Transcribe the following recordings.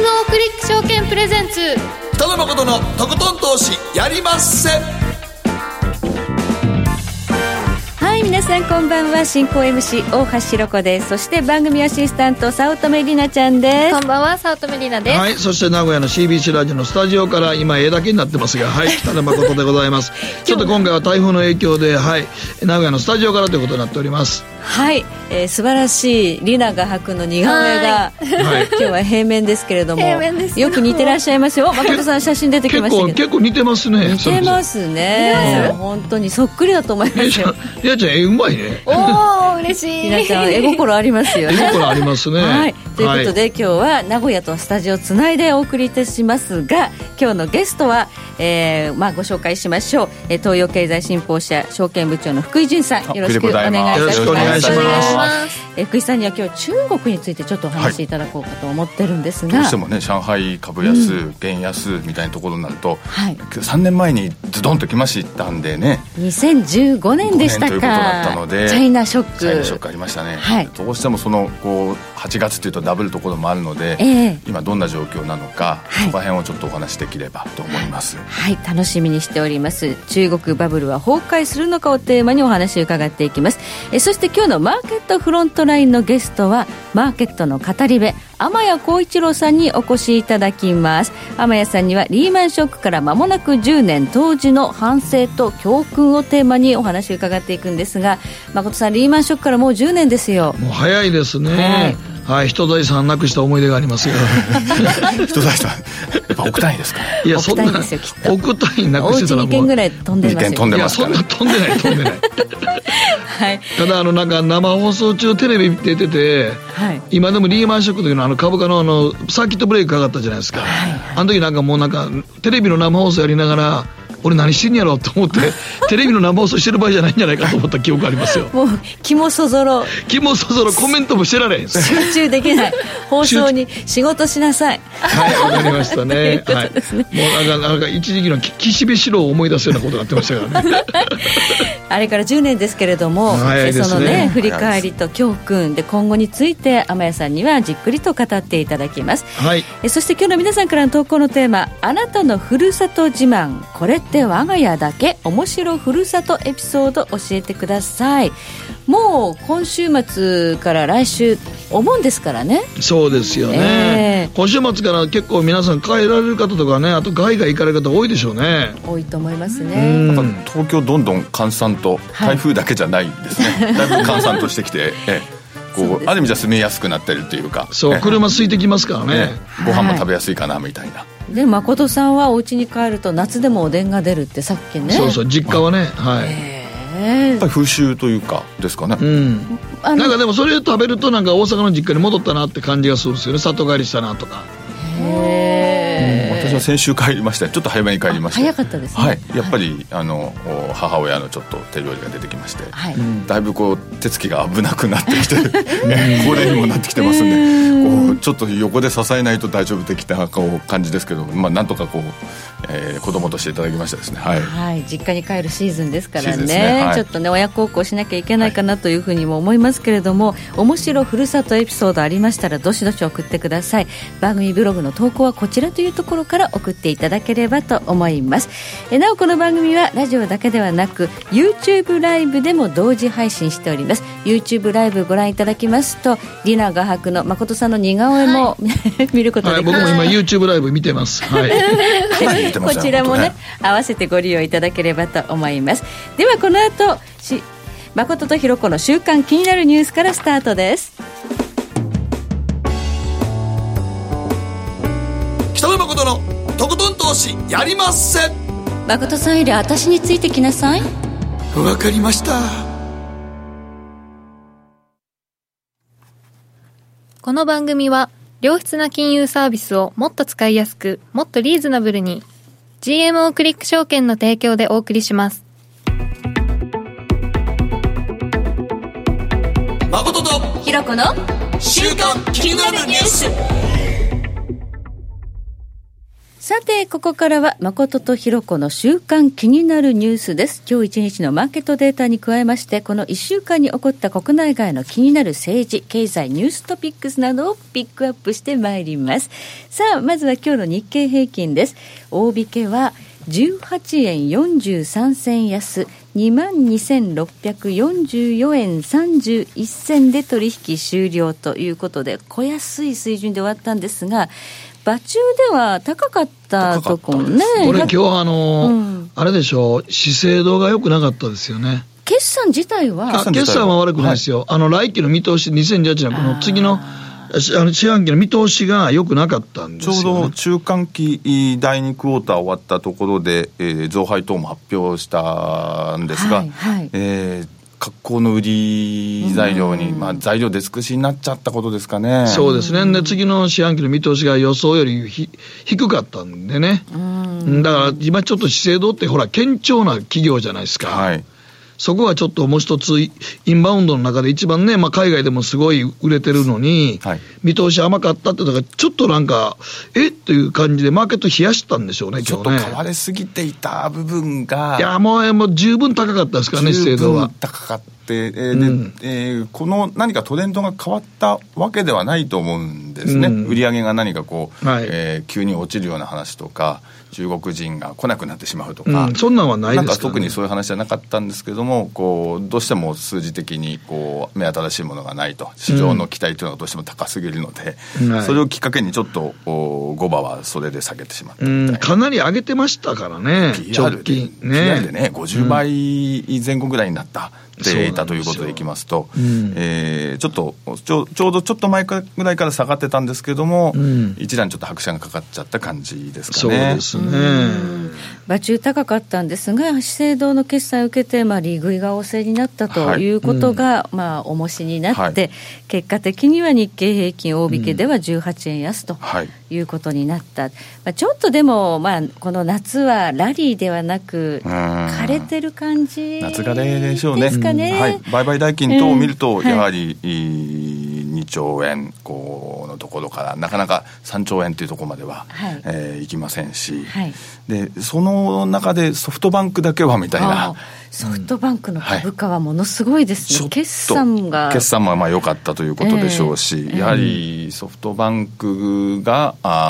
GMO クリック証券プレゼンツ北野誠のとことん投資やりまっせ。 はい、皆さんこんばんは。進行 MC 大橋ひろ子です。そして番組アシスタント早乙女里奈ちゃんです。 こんばんは、早乙女里奈です。 はい、そして名古屋の CBC ラジオのスタジオから今だけになってますが、はい、北野誠でございますちょっと今回は台風の影響で、はい、名古屋のスタジオからということになっております。 はい、素晴らしい里奈画伯の似顔絵が、はい、今日は平面ですけれどもよく似てらっしゃいますよ。誠さん写真出てきましたけど結構似てますね。 似てますね。本当にそっくりだと思いますよ。 りなちゃんうまいね。 おー嬉しい。 りなちゃん絵心ありますよね。 絵心ありますね。 はい、ということで、はい、今日は名古屋とスタジオつないでお送りいたしますが、今日のゲストは、ご紹介しましょう。東洋経済新報社証券部長の福井淳さん、よろしくお願いいたします。 よろしくお願いします。 福井さんには今日中国についてちょっとお話しいただこうかと思ってるんですが、 どうしてもね、上海株安、元安みたいなところになると、はい、3年前にズドンと来ましたんでね、 2015年でしたか。 ということだったので、 チャイナショックありましたね、 はい、 どうしてもその8月というとダブルところもあるので、今どんな状況なのか、はい、そこら辺をちょっとお話しできればと思います。 はい、楽しみにしております。中国バブルは崩壊するのかをテーマにお話を伺っていきます。そして今日のマーケットフロントラインのゲストはマーケットの語り部天谷幸一郎さんにお越しいただきます。天谷さんにはリーマンショックから間もなく10年当時の反省と教訓をテーマにお話を伺っていくんですが、誠さん、リーマンショックからもう10年ですよ。 もう早いですね。はい、人財産なくした思い出がありますよ。 人財産やっぱ億単位ですか。 いや、そんな億単位なくしてたらもうお家2軒ぐらい飛んでますよ。 2軒飛んでますから、 いや、そんな飛んでないはい、ただなんか生放送中テレビ出てて、はい、今でもリーマンショックの時の株価のサーキットブレーキかかったじゃないですか、はいはい、あの時もうテレビの生放送やりながら俺何してんやろうと思ってテレビの生放送してる場合じゃないんじゃないかと思った記憶ありますよ。 もう気もそぞろコメントもしてられへん。 集中できない。放送に仕事しなさい。 はい、わかりましたね。はい、もうなんか一時期の岸辺四郎を思い出すようなことになってましたからね。 あれから10年ですけれども、そのね、振り返りと教訓で今後について天谷さんにはじっくりと語っていただきます。はい、そして今日の皆さんからの投稿のテーマ、あなたのふるさと自慢、これって我が家だけ、面白ふるさとエピソード教えてください。もう今週末から来週お盆ですからね。 そうですよね、今週末から結構皆さん帰られる方とかね、あと海外行かれる方多いでしょうね。 多いと思いますね。 東京どんどん閑散と、台風だけじゃないですね、だいぶ閑散としてきて、ある意味じゃ住みやすくなってるっていうか、 そう車空いてきますからね、 ご飯も食べやすいかなみたいな。 で誠さんはお家に帰ると夏でもおでんが出るってさっきね。 そう実家はね、はい、 やっぱり風習というかですかね、 なんかでもそれを食べるとなんか大阪の実家に戻ったなって感じがするんですよね。里帰りしたなとか。 私は先週帰りました。ちょっと早めに帰りました。 早かったですね。 はい、やっぱり母親のちょっと手料理が出てきまして、だいぶ手つきが危なくなってきて高齢にもなってきてますんで、ちょっと横で支えないと大丈夫的な感じですけど、なんとか子供としていただきましたですね。はい、はい、 実家に帰るシーズンですからね、ちょっとね親孝行しなきゃいけないかなというふうにも思いますけれども、面白ふるさとエピソードありましたらどしどし送ってください。番組ブログの投稿はこちらというところから送っていただければと思います。なおこの番組はラジオだけではなく YouTube ライブでも同時配信しております。 YouTube ライブご覧いただきますと、リナ画伯の誠さんの似顔絵も、見ることできます。 僕も今 YouTube ライブ見てます、はいこちらもね合わせてご利用いただければと思います。ではこの後誠とひろ子の週刊気になるニュースからスタートです。 北野誠のとことん投資やりまっせ。 誠さんより私についてきなさい。 わかりました。 この番組は良質な金融サービスをもっと使いやすく、もっとリーズナブルに GMO クリック証券の提供でお送りします。 誠とひろ子の週刊気になるニュース。ささてここからは誠とひろ子の週刊気になるニュースです。今日1日のマーケットデータに加えまして、この1週間に起こった国内外の気になる政治経済ニューストピックスなどをピックアップしてまいります。さあまずは今日の日経平均です。大引けは18円43銭安 22,644 円31銭で取引終了ということで、小安い水準で終わったんですが、場中では高かったとこね。 これ今日あれでしょう、資生堂が良くなかったですよね。 決算自体は決算は悪くないですよ、はい、来期の見通し2018年この次の四半期の見通しが良くなかったんですよ、ね、 ちょうど中間期第2クォーター終わったところで、増配等も発表したんですが、はいはい、格好の売り材料に、材料出尽くしになっちゃったことですかね。 そうですね。で次の四半期の見通しが予想より低かったんでね。だから今ちょっと資生堂ってほら堅調な企業じゃないですか、はい、そこはちょっともう一つインバウンドの中で一番ね、海外でもすごい売れてるのに、はい、見通し甘かったっていうのがちょっとなんかという感じでマーケット冷やしたんでしょうね。 ちょっと買われすぎていた部分が、 いやもう十分高かったですからね、資生堂は。 十分高かった。この何かトレンドが変わったわけではないと思うんですね、売り上げが何かこう、はい、急に落ちるような話とか中国人が来なくなってしまうとか、 そんなんはないですからね。 なんか特にそういう話じゃなかったんですけども、こうどうしても数字的にこう目新しいものがないと、市場の期待というのがどうしても高すぎるので、それをきっかけにちょっと5場はそれで下げてしまったみたいな。 かなり上げてましたからね、直近ね。 PR でね50倍前後ぐらいになったっていたということでいきますと、ちょうどちょっと前ぐらいから下がってたんですけども、一段ちょっと拍車がかかっちゃった感じですかね。 そうですね。 場中高かったんですが、資生堂の決算を受けて、利食いが旺盛になったということが、重しになって、結果的には日経平均大引けでは18円安ということになった、ちょっとでも、この夏はラリーではなく枯れてる感じ夏枯れでしょうね。 ですかね。 はい、売買代金等を見ると、やはり、2兆円のところからなかなか3兆円というところまでは、いきませんし、でその中でソフトバンクだけはみたいな。 ソフトバンクの株価はものすごいですね、決算も良かったということでしょうし、やはりソフトバンクが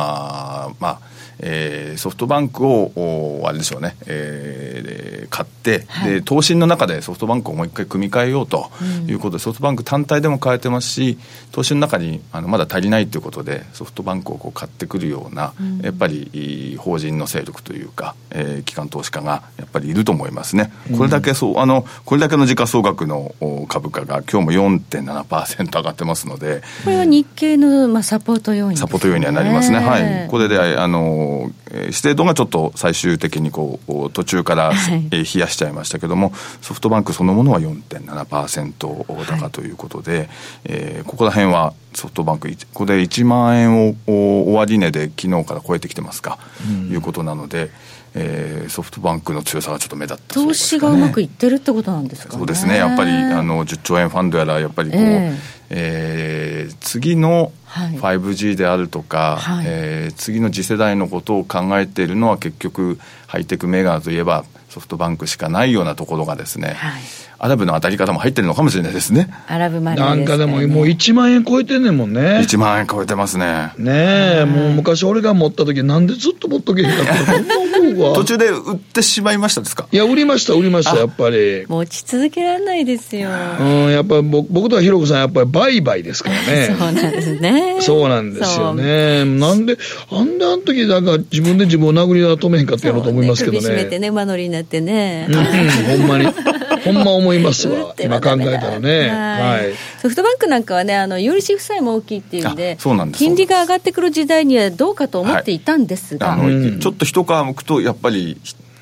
ソフトバンクをあれでしょうね、買って、で投信の中でソフトバンクをもう一回組み替えようということで、ソフトバンク単体でも買えてますし、投信の中にまだ足りないということでソフトバンクをこう買ってくるような、やっぱり法人の勢力というか、機関投資家がやっぱりいると思いますね。これだけこれだけの時価総額の株価が今日も 4.7% 上がってますので、 これは日経の、サポート要因ですね。 サポート要因にはなりますね。はい、これで資生堂がちょっと最終的にこう途中から、冷やしちゃいましたけども、ソフトバンクそのものは 4.7% 高ということで、ここら辺はソフトバンクここで1万円を終値で昨日から超えてきてますか、いうことなので、ソフトバンクの強さがちょっと目立ったそうですかね。 投資がうまくいってるってことなんですかね。 そうですね。やっぱり10兆円ファンドやらやっぱりこう、次の 5G であるとか、次の次世代のことを考えているのは結局ハイテクメーカーといえばソフトバンクしかないようなところがですね、アラブの当たり方も入ってるのかもしれないですね。 アラブマネーですからね。なんかでももう1万円超えてんねんもんね。 1万円超えてますね。 ねえ、もう昔俺が持った時なんでずっと持っとけへんかったの途中で売ってしまいましたですか。 いや売りましたやっぱり持ち続けられないですよ。 やっぱり僕とはひろこさんやっぱり売買ですからね。 そうなんですね。 そうなんですよね。なんであの時なんか自分で自分を殴りは止めへんかったやろうと思いますけどね。 首絞めてね、馬乗りになってね、 ほんまにほんま思いますわ今考えたらね。 ソフトバンクなんかはね、有利子負債も大きいっていうんで、金利が上がってくる時代にはどうかと思っていたんですが、 ちょっと一皮むくとやっぱり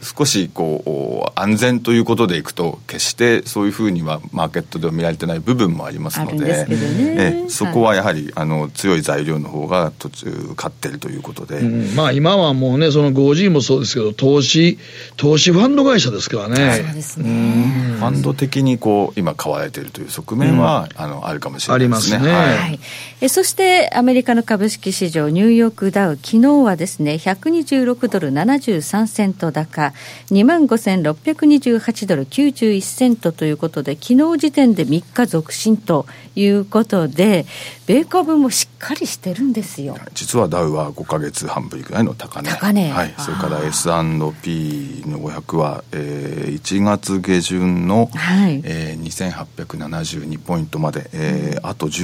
少しこう安全ということでいくと決してそういうふうにはマーケットでは見られてない部分もありますので、そこはやはり強い材料の方が途中勝ってるということで、 まあ、今はもうねその 5G もそうですけど投資ファンド会社ですからね。 そうですね、 ファンド的に今買われているという側面は、あるかもしれないですね。 ありますね、 はい。そしてアメリカの株式市場ニューヨークダウ、昨日はですね126ドル73セント高 25,628 ドル91セントということで、昨日時点で3日続伸ということで、米株もしっかりしてるんですよ。 実はダウは5ヶ月半ぶりぐらいの高値、はい、それから S&P の500は、1月下旬の、2872ポイントまで、あと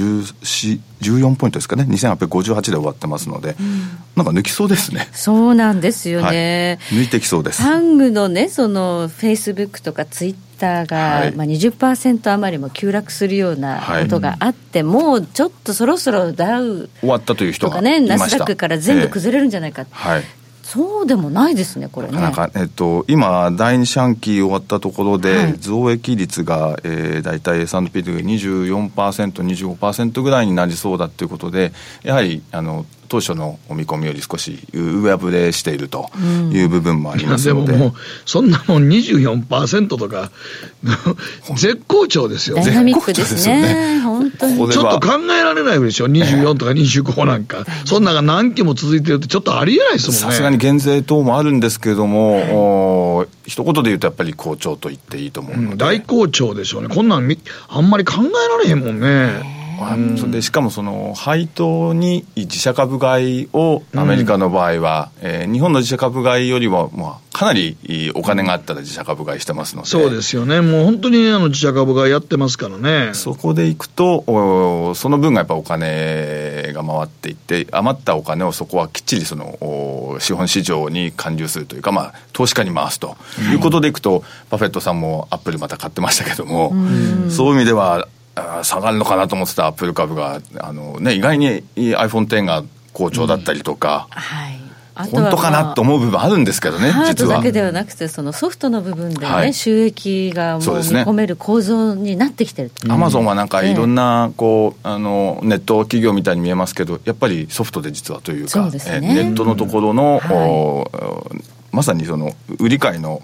14ポイントですかね、2858で終わってますので、なんか抜きそうですね。 そうなんですよね、 抜いてきそうです。 ハングのね、そのフェイスブックとかツイッターが、20% 余りも急落するようなことがあって、もうちょっとそろそろダウ終わったという人がいました。 ナスダックから全部崩れるんじゃないか、そうでもないですね、これね。 なんか、今第2四半期終わったところで、増益率が、だいたい S&P で 24%、25% ぐらいになりそうだということで、やはり当初のお見込みより少し上振れしているという部分もありますので、 でももうそんなもん 24% とか絶好調ですよ。 ダイナミックですね、本当にちょっと考えられないでしょ、24とか25なんかそんなが何期も続いてるってちょっとありえないですもんね。 さすがに減税等もあるんですけれども、一言で言うとやっぱり好調と言っていいと思うので、 大好調でしょうね。こんなんあんまり考えられへんもんね。 でしかもその配当に自社株買いをアメリカの場合は、日本の自社株買いよりも、かなりお金があったら自社株買いしてますので、 そうですよね。もう本当に自社株買いやってますからね。 そこでいくとその分がやっぱお金が回っていって、余ったお金をそこはきっちりその資本市場に還流するというか、投資家に回すということでいくと、バフェットさんもアップルまた買ってましたけども、そういう意味では下がるのかなと思ってたアップル株が意外に iPhone X が好調だったりとか、本当かなと思う部分あるんですけどね。 ハードだけではなくてそのソフトの部分でね、収益がもう見込める構造になってきてる。 アマゾンはなんかいろんなネット企業みたいに見えますけど、やっぱりソフトで実はというか、ネットのところの、まさにその売り買いの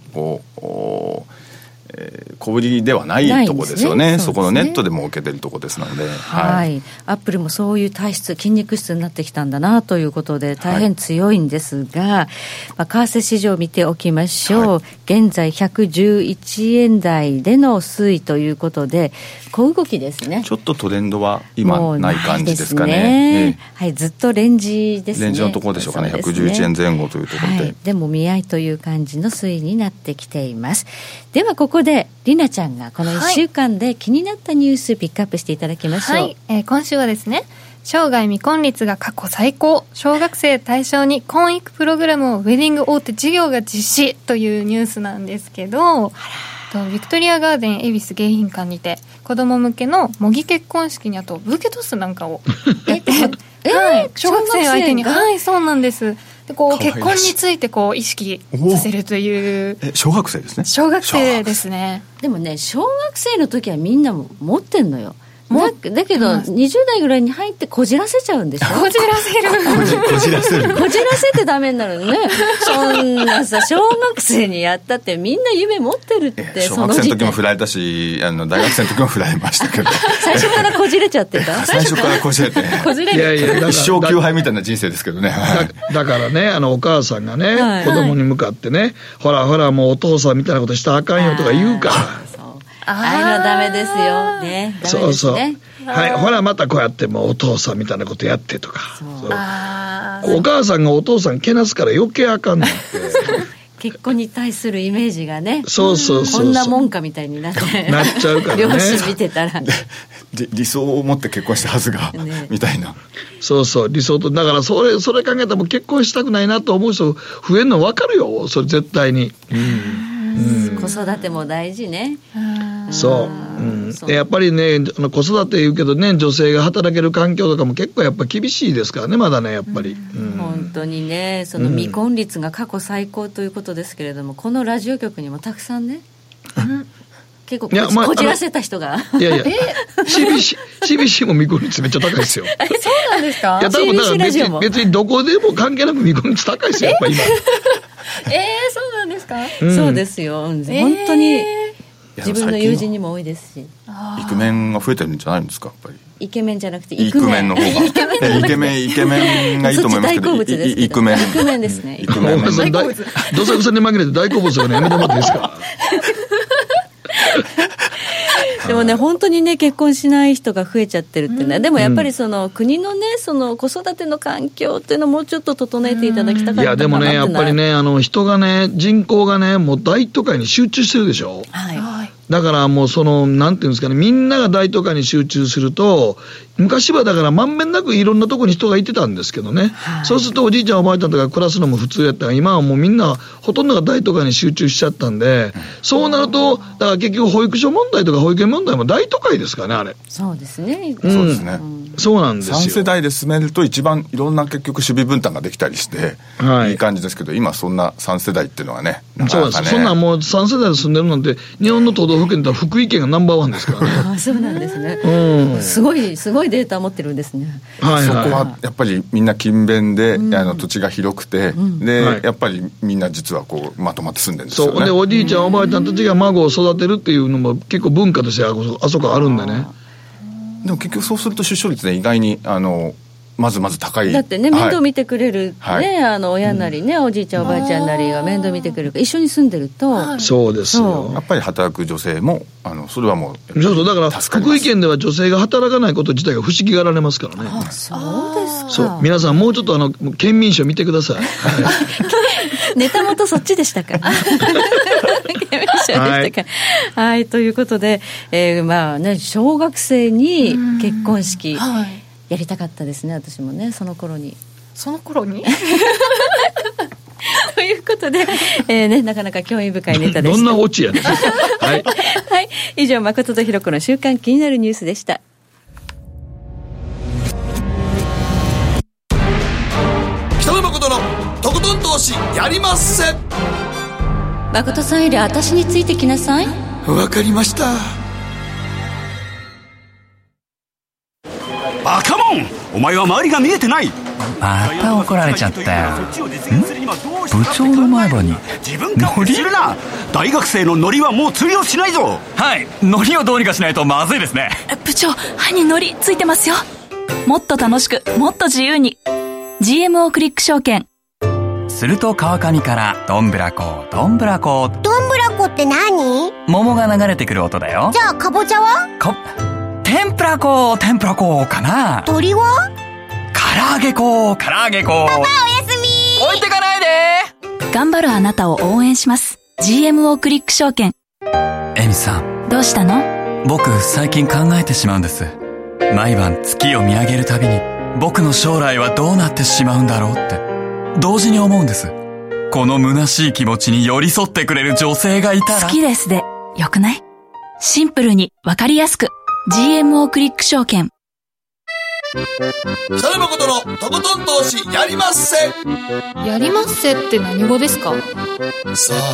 小売りではないところですよね。そこのネットでも受けてるところですので、 アップルもそういう体質、筋肉質になってきたんだなということで大変強いんですが、為替市場を見ておきましょう。現在111円台での推移ということで小動きですね。 ちょっとトレンドは今ない感じですかね。 ずっとレンジですね。 レンジのところでしょうかね。111円前後というところで、 でも見合いという感じの推移になってきています。ではここでりなちゃんがこの1週間で気になったニュースピックアップしていただきましょう。 今週はですね、生涯未婚率が過去最高、小学生対象に婚育プログラムをウェディング大手事業が実施というニュースなんですけど、ビクトリアガーデン恵比寿迎賓館にて子供向けの模擬結婚式にあとブーケトスなんかをやって小学生相手に、そうなんです。で結婚について意識させるという。 小学生ですね。 小学生ですね。 でもね、小学生の時はみんなも持ってんのよ。だけど20代ぐらいに入ってこじらせちゃうんでしょ。 こじらせるこじらせるこじらせてダメになるのね。そんなさ、小学生にやったってみんな夢持ってるって。 小学生の時も振られたし、大学生の時も振られましたけど最初からこじれちゃってた。 最初からこじれてこじれる。 いや一生休杯みたいな人生ですけどね。 だからね、お母さんがね、子供に向かってね、ほらほらもうお父さんみたいなことしたらあかんよとか言うから、 ああいうのはダメですよね。 そうそう、ほらまたこうやってもうお父さんみたいなことやってとか、お母さんがお父さんけなすから余計あかんねんって結婚に対するイメージがね、 こんなもんかみたいになっちゃうからね。 両親見てたら理想を持って結婚したはずが、みたいな。 そう理想と、だからそれ考えたらもう結婚したくないなと思う人増えるの分かるよ、それ絶対に。 子育ても大事ね。 そう、でやっぱりね子育て言うけどね、女性が働ける環境とかも結構やっぱ厳しいですからね、まだねやっぱり、 本当にね、その未婚率が過去最高ということですけれども、このラジオ局にもたくさんね、結構こじらせた人がいや CBC も未婚率めっちゃ高いですよ。 そうなんですか。 いや多分だから別にどこでも関係なく未婚率高いですよ、やっぱ今。 そうなんですか。 そうですよ、本当に自分の友人にも多いですし、 イクメンが増えてるんじゃないんですか。やっぱりイケメンじゃなくてイクメンの方がイケメンがいいと思いますけど、イクメンですね。イクメンどさくさに紛れて大好物がね、やめてもらっていいですか。 でもね、本当にね、結婚しない人が増えちゃってるってね、でもやっぱりその国のね、その子育ての環境っていうのをもうちょっと整えていただきたかったかな。 いやでもね、やっぱりね、人がね、人口がね、もう大都会に集中してるでしょ。だからもうそのなんていうんですかね、みんなが大都会に集中すると、昔はだからまんべんなくいろんなとこに人がいてたんですけどね、そうするとおじいちゃんおばあちゃんとか暮らすのも普通やったが、今はもうみんなほとんどが大都会に集中しちゃったんで、そうなるとだから結局保育所問題とか保育園問題も大都会ですからね、あれ。 そうですね、 そうですね、 そうなんですよ。 3世代で住めると一番いろんな結局守備分担ができたりして、いい感じですけど、今そんな3世代っていうのはね、なかなかね、 そうです。そんなもう3世代で住んでるなんて、日本の都道府県では福井県がナンバーワンですからね。 そうなんですね、すごいデータ持ってるんですね。 そこはやっぱりみんな勤勉で、土地が広くて、で、やっぱりみんな実はこうまとまって住んでるんですよね。 そうで、おじいちゃんおばあちゃんたちが孫を育てるっていうのも結構文化としてあそこあるんでね。 でも結局そうすると出生率ね、意外にまず高い。 だってね、面倒見てくれる、親なりね、おじいちゃんおばあちゃんなりが面倒見てくれるから、一緒に住んでると、 そうですよ。 やっぱり働く女性もそれはもうそうだから福井県では女性が働かないこと自体が不思議がられますからね。 そうですか。 そう、皆さんもうちょっと県民賞見てください。 ネタ元そっちでしたか。県民賞でしたか。はい、ということで、まあね、小学生に結婚式、やりたかったですね、私もね、その頃にということで、ね、なかなか興味深いネタでした。 どんなオチやねん。はい、 はい、以上、誠とひろ子の週刊気になるニュースでした。 北野誠のとことん投資やりまっせ。 誠さんより私についてきなさい。 わかりました。 バカモン、お前は周りが見えてない。 また怒られちゃったよ。部長の前歯に自分勝手にするな。大学生のノリはもう通用しないぞ。 はい、ノリをどうにかしないとまずいですね。 部長、歯にノリついてますよ。もっと楽しく、もっと自由に。 GMO クリック証券。 すると川上からどんぶらこどんぶらこ。 どんぶらこって何？ 桃が流れてくる音だよ。 じゃあかぼちゃは？ 天ぷらこかな。 鳥は？ 唐揚げこ。 パパおやすみ。 置いてかないで。 頑張るあなたを応援します。 GMO クリック証券。 エミさん、 どうしたの？ 僕最近考えてしまうんです。毎晩月を見上げるたびに僕の将来はどうなってしまうんだろうって同時に思うんです。この虚しい気持ちに寄り添ってくれる女性がいたら。 好きですでよくない？シンプルにわかりやすく GMO クリック証券。 北野誠のとことん投資やりまっせ。 やりまっせって何語ですか？ さあ、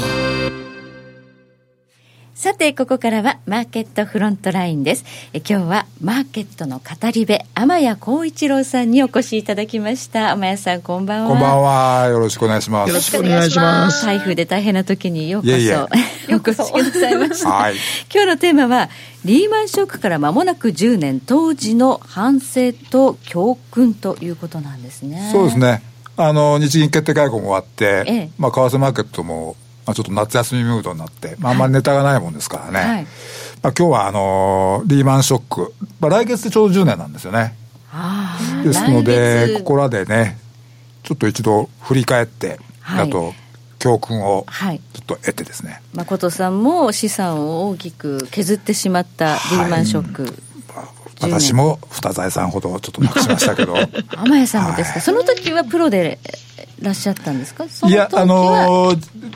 さて、ここからはマーケットフロントラインです。今日はマーケットの語り部、天谷幸一郎さんにお越しいただきました。天谷さん、こんばんは。 こんばんは、よろしくお願いします。 よろしくお願いします。 台風で大変な時にようこそ。 いえいえお越しくださいました。 はい、 今日のテーマはリーマンショックから間もなく10年、当時の反省と教訓ということなんですね。 そうですね。日銀決定会合も終わって、為替マーケットもちょっと夏休みムードになって、あんまりネタがないもんですからね、今日はリーマンショック、来月でちょうど10年なんですよね。ですのでここらでね、ちょっと一度振り返って、あと教訓をちょっと得てですね、 誠さんも資産を大きく削ってしまったリーマンショック、 私も二財産ほどちょっとなくしましたけど天谷さんもですか、その時はプロでいらっしゃったんですか？その時は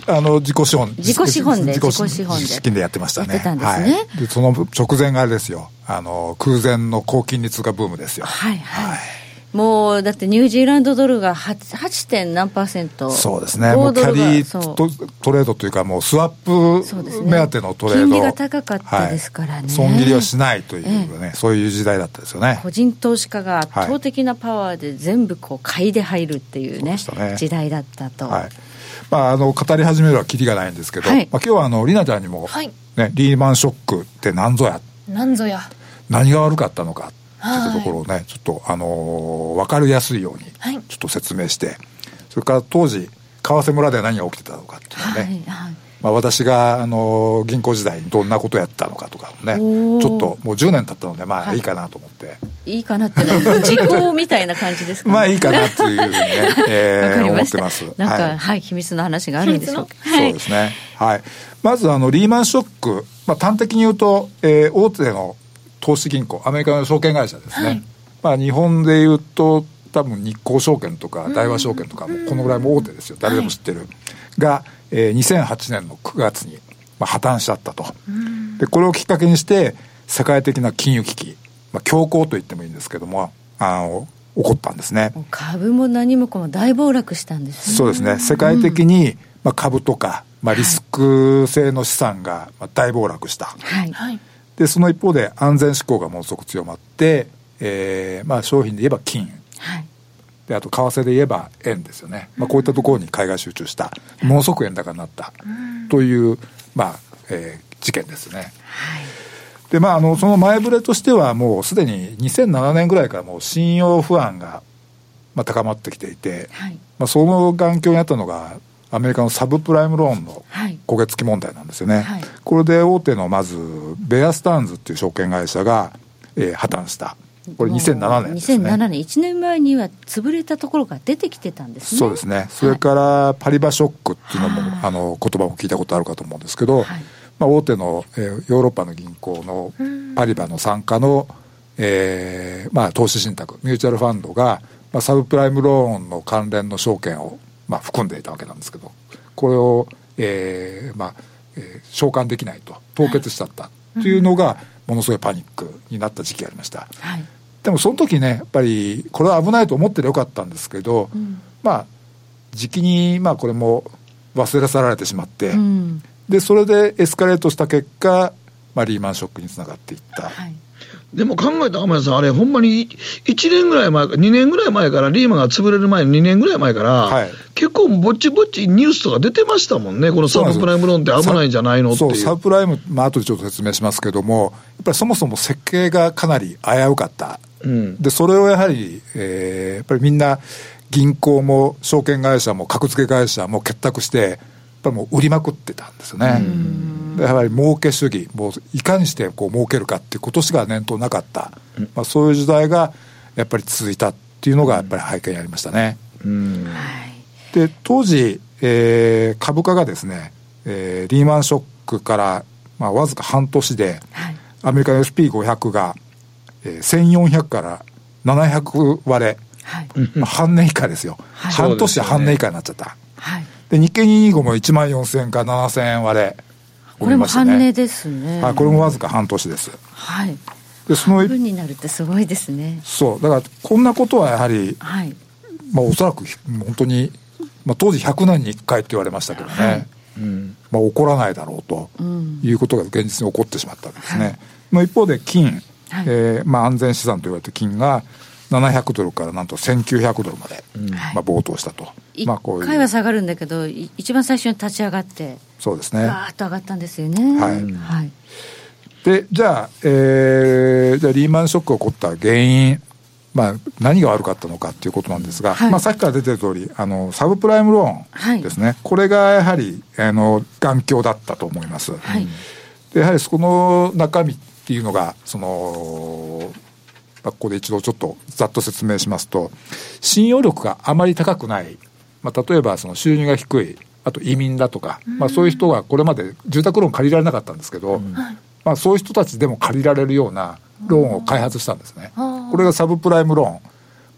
自己資本で資金でやってましたね。 やってたんですね。 はい、でその直前があれですよ、空前の高金利通貨ブームですよ。 はいはい。もうだってニュージーランドドルが 8. 点何%。 そうですね。もうキャリートレードというか、もうスワップ目当てのトレード、 金利が高かったですからね、 損切りをしないというね、そういう時代だったですよね。 個人投資家が圧倒的なパワーで全部こう買いで入るっていうね、時代だったと。 はい。語り始めるはキリがないんですけど、今日はリナちゃんにも、ね、リーマンショックって何ぞや何が悪かったのかっていうところをね、ちょっと分かりやすいようにちょっと説明して、それから当時為替村で何が起きてたのかっていうのね、私が銀行時代にどんなことやったのかとかね、ちょっともう10年経ったのでいいかなと思って、 いいかなってね、時効みたいな感じですかね。 いいかなっていうふうにね、思ってます。 なんか、秘密の話があるんでしょうか。 そうですね。はい。まずリーマンショック、端的に言うと、大手の投資銀行、アメリカの証券会社ですね。日本で言うと多分日興証券とか大和証券とかもこのぐらいも大手ですよ、誰でも知ってる、が、2008年の9月に、破綻しちゃったと。でこれをきっかけにして世界的な金融危機、恐慌と言ってもいいんですけども、起こったんですね。 株も何もこう大暴落したんですね。 そうですね。世界的に、株とか、リスク性の資産が大暴落した。でその一方で安全志向がものすごく強まって、商品で言えば金、であと為替で言えば円ですよね。こういったところに買いが集中した、ものすごく円高になったという、事件ですね。でその前触れとしてはもうすでに2007年ぐらいからもう信用不安が、高まってきていて、その眼鏡にあったのがアメリカのサブプライムローンの焦げ付き問題なんですよね。これで大手のまずベアスターンズっていう証券会社が、破綻した。これ2007年ですね。 2007年、1年前には潰れたところが出てきてたんですね。 そうですね。それからパリバショックっていうのも、言葉も聞いたことあるかと思うんですけど、大手の、ヨーロッパの銀行のパリバの傘下の、投資信託ミューチュアルファンドが、サブプライムローンの関連の証券を、含んでいたわけなんですけど、これを、償還できないと凍結しちゃったというのが、ものすごいパニックになった時期がありました。でもその時ね、やっぱりこれは危ないと思ってよかったんですけど、時期にこれも忘れ去られてしまって、でそれでエスカレートした結果、リーマンショックにつながっていった。 でも考えたら浜田さん、あれほんまに1年ぐらい前か2年ぐらい前から、リーマンが潰れる前に2年ぐらい前から、結構ぼちぼちニュースとか出てましたもんね。このサブプライムローンって危ないんじゃないのっていう。 サブプライム、後でちょっと説明しますけども、やっぱりそもそも設計がかなり危うかった。でそれをやはり、やっぱりみんな銀行も証券会社も格付け会社も結託して、やっぱりもう売りまくってたんですよね。やはり儲け主義、もういかにしてこう儲けるかっていうことしか念頭なかった、そういう時代がやっぱり続いたっていうのがやっぱり背景にありましたね。で当時、株価がですね、リーマンショックから、わずか半年で、アメリカの SP500 が、1400から700割れ、半年以下ですよ。半年半年以下になっちゃった。で日経225も1万4000円から7000円割れ、 これも半値ですね。 これもわずか半年です。 でその半分になるってすごいですね。 そうだからこんなことはやはり、おそらく本当に、当時100年に1回って言われましたけどね、起こらないだろうということが現実に起こってしまったわけですね。一方で金、安全資産と言われて金が700ドルからなんと1900ドルまで、暴騰したと。 1回は下がるんだけど、一番最初に立ち上がって、 そうですね、 ガーッと上がったんですよね。 でじゃあ、リーマンショックが起こった原因、何が悪かったのかということなんですが、さっきから出てる通りサブプライムローンですね、これがやはり眼鏡だったと思います。でやはりその中身っていうのがここで一度ちょっとざっと説明しますと、信用力があまり高くない、例えばその収入が低い、あと移民だとか、そういう人がこれまで住宅ローン借りられなかったんですけど、そういう人たちでも借りられるようなローンを開発したんですね。これがサブプライムローン。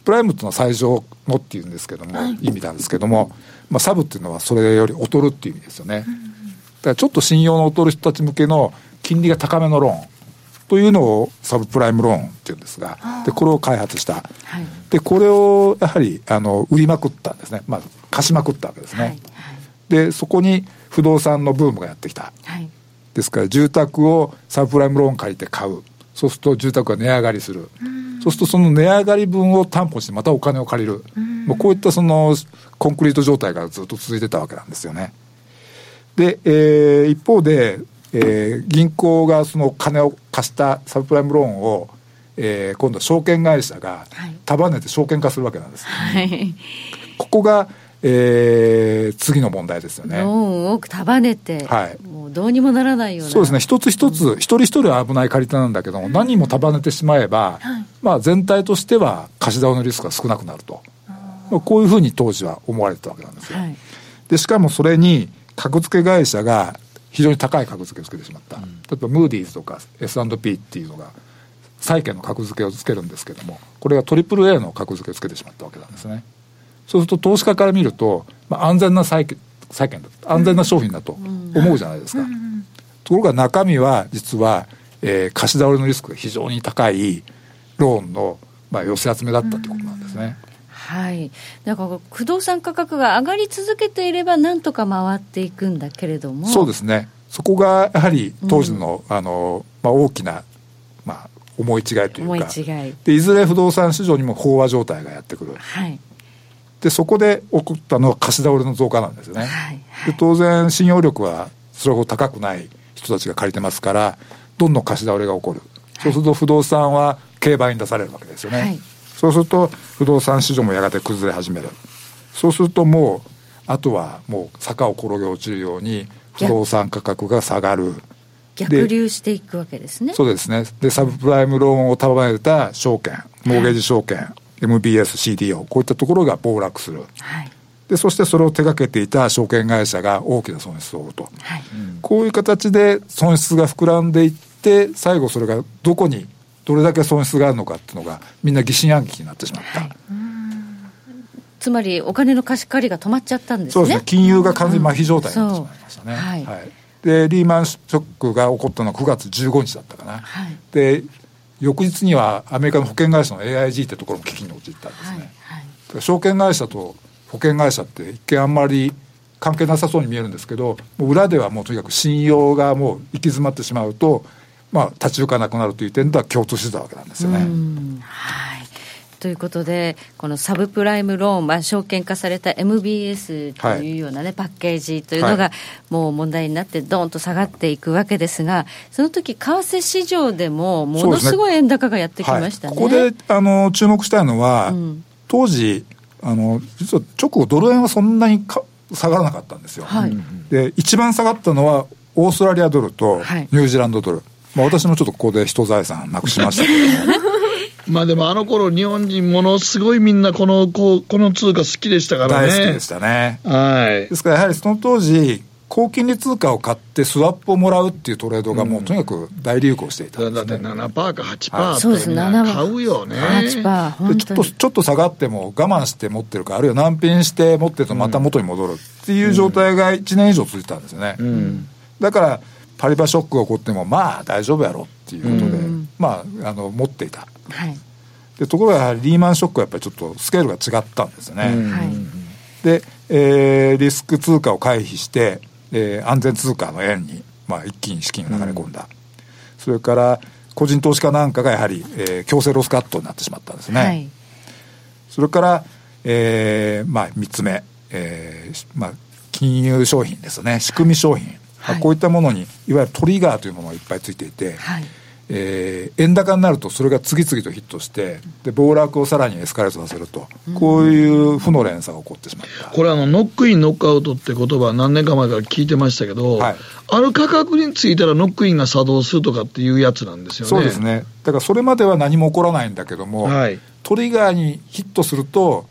プライムっていうのは最上のっていうんですけども、意味なんですけども、サブっていうのはそれより劣るっていう意味ですよね。だからちょっと信用の劣る人たち向けの金利が高めのローンというのをサブプライムローンっていうんですが、でこれを開発した、でこれをやはり売りまくったんですね、貸しまくったわけですね、でそこに不動産のブームがやってきた、ですから住宅をサブプライムローン借りて買う、そうすると住宅が値上がりする、そうするとその値上がり分を担保してまたお金を借りる、もうこういったそのコンクリート状態がずっと続いてたわけなんですよね。で、一方で、銀行がその金を貸したサブプライムローンを、今度は証券会社が束ねて証券化するわけなんです、ここが、次の問題ですよね。 ローンを束ねて、もうどうにもならないような。 そうですね、一つ一つ、一人一人は危ない借り手なんだけども、何人も束ねてしまえば、全体としては貸し倒れのリスクが少なくなると、こういうふうに当時は思われてたわけなんですよ、でしかもそれに格付け会社が非常に高い格付けをつけてしまった、例えばムーディーズとか S&P っていうのが債券の格付けをつけるんですけども、これが AAA の格付けをつけてしまったわけなんですね。そうすると投資家から見ると、安全な債券だ、安全な商品だと思うじゃないですか、ところが中身は実は、貸し倒れのリスクが非常に高いローンの、寄せ集めだったということなんですね、 だから不動産価格が上がり続けていればなんとか回っていくんだけれども、 そうですね、そこがやはり当時の、大きな、思い違いというか、でいずれ不動産市場にも飽和状態がやってくる、でそこで起こったのは貸し倒れの増加なんですよね、で当然信用力はそれほど高くない人たちが借りてますから、どんどん貸し倒れが起こる、そうすると不動産は競売に出されるわけですよね、そうすると不動産市場もやがて崩れ始める、そうするともうあとはもう坂を転げ落ちるように不動産価格が下がる、 逆流していくわけですね。 そうですね。でサブプライムローンを束ねた証券、モーゲージ証券、MBS、CDO、こういったところが暴落する、でそしてそれを手掛けていた証券会社が大きな損失を負うと、こういう形で損失が膨らんでいって、最後それがどこにどれだけ損失があるのかっていうのがみんな疑心暗鬼になってしまった、 つまりお金の貸し借りが止まっちゃったんですね。 そうですね、金融が完全に麻痺状態になってしまいましたね、でリーマンショックが起こったのは9月15日だったかな、で翌日にはアメリカの保険会社の AIG ってところも危機に陥ったんですね、証券会社と保険会社って一見あんまり関係なさそうに見えるんですけど、もう裏ではもうとにかく信用がもう行き詰まってしまうと、立ち行かなくなるという点では共通してたわけなんですよね。 ということで、このサブプライムローン、証券化された MBS というような、パッケージというのがもう問題になってドーンと下がっていくわけですが、その時為替市場でもものすごい円高がやってきましたね。 ここで注目したいのは、当時実は直後ドル円はそんなに下がらなかったんですよ、で一番下がったのはオーストラリアドルとニュージーランドドル、私もちょっとここで一財産なくしましたけどでもあの頃日本人ものすごいみんなこの通貨好きでしたからね。 大好きでしたね、ですからやはりその当時高金利通貨を買ってスワップをもらうっていうトレードがもうとにかく大流行していたんですね、 だって 7% か 8% ってみんな買うよね。 8% でちょっと下がっても我慢して持ってるか、あるいは難品して持ってるとまた元に戻るっていう状態が1年以上続いてたんですよね、だからパリバショックが起こっても大丈夫やろっていうことで、持っていた、でところがリーマンショックはやっぱりちょっとスケールが違ったんですよね、で、リスク通貨を回避して、安全通貨の円に、一気に資金が流れ込んだ、それから個人投資家なんかがやはり、強制ロスカットになってしまったんですね、それから、3つ目、金融商品ですね、仕組み商品、こういったものにいわゆるトリガーというものがいっぱいついていて、円高になるとそれが次々とヒットして、で暴落をさらにエスカレートさせると、こういう負の連鎖が起こってしまった。 これノックインノックアウトって言葉は何年か前から聞いてましたけど、ある価格についたらノックインが作動するとかっていうやつなんですよね。 そうですね。だからそれまでは何も起こらないんだけども、トリガーにヒットすると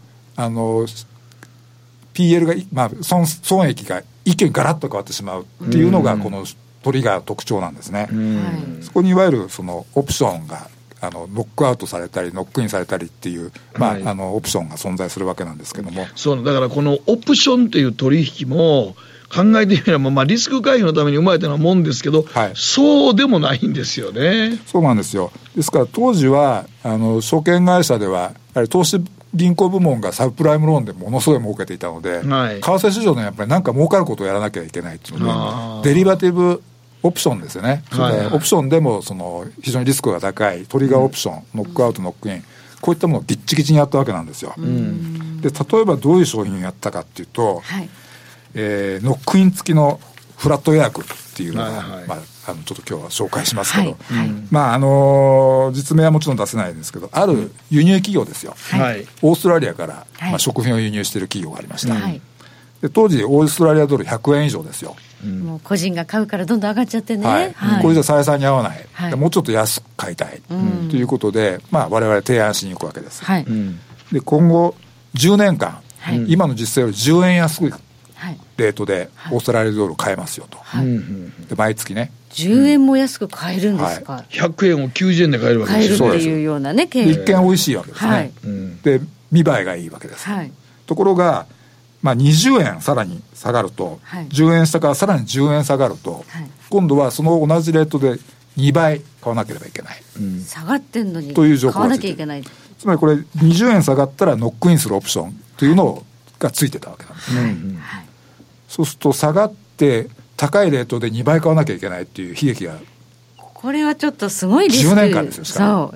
PL が、損益が一気にガラッと変わってしまうっていうのがこのトリガー特徴なんですね、そこにいわゆるそのオプションがノックアウトされたりノックインされたりっていう、まあオプションが存在するわけなんですけども、 そうだからこのオプションという取引も考えてみれば、リスク回避のために生まれたようなもんですけど、そうでもないんですよね。 そうなんですよ。ですから当時は証券会社ではやはり投資銀行部門がサブプライムローンでものすごい儲けていたので、為替市場でやっぱり何か儲かることをやらなきゃいけないっていうので、デリバティブオプションですよね、オプションでも非常にリスクが高いトリガーオプション、ノックアウトノックイン、こういったものをギッチギチにやったわけなんですよ。で例えばどういう商品をやったかっていうと、ノックイン付きのフラット予約っていうのが、ちょっと今日は紹介しますけど、実名はもちろん出せないんですけど、ある輸入企業ですよ、オーストラリアから、食品を輸入している企業がありました、で当時オーストラリアドル100円以上ですよ、 もう個人が買うからどんどん上がっちゃってね、 これじゃ採算に合わない、もうちょっと安く買いたい、ということで、我々提案しに行くわけです、で今後10年間、今の実勢より10円安くレートでオーストラリアドルを買えますよと、で毎月ね 10円も安く買えるんですか、 100円を90円で買えるわけですよ。買えるっていうようなね、 一見美味しいわけですね、で見栄えがいいわけです、ところが、20円さらに下がると、10円下からさらに10円下がると、今度はその同じレートで2倍買わなければいけない、 下がってんのにという状況買わなきゃいけない。 つまりこれ20円下がったらノックインするオプションというのがついてたわけなんですね、そうすると下がって高いレートで2倍買わなきゃいけないっていう悲劇が、 これはちょっとすごいリスク。 10年間ですよ。 そう、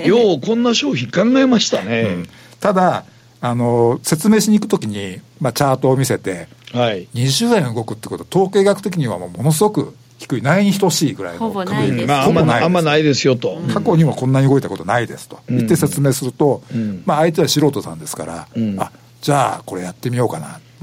ようこんな商品考えましたね、 ただ説明しに行くときに、チャートを見せて、20円動くってことは統計学的にはものすごく低い、ないに等しいぐらいのほぼないです、 あんまないですよと、 過去にもこんなに動いたことないですと言って説明すると、相手は素人さんですから、じゃあこれやってみようかな、 だって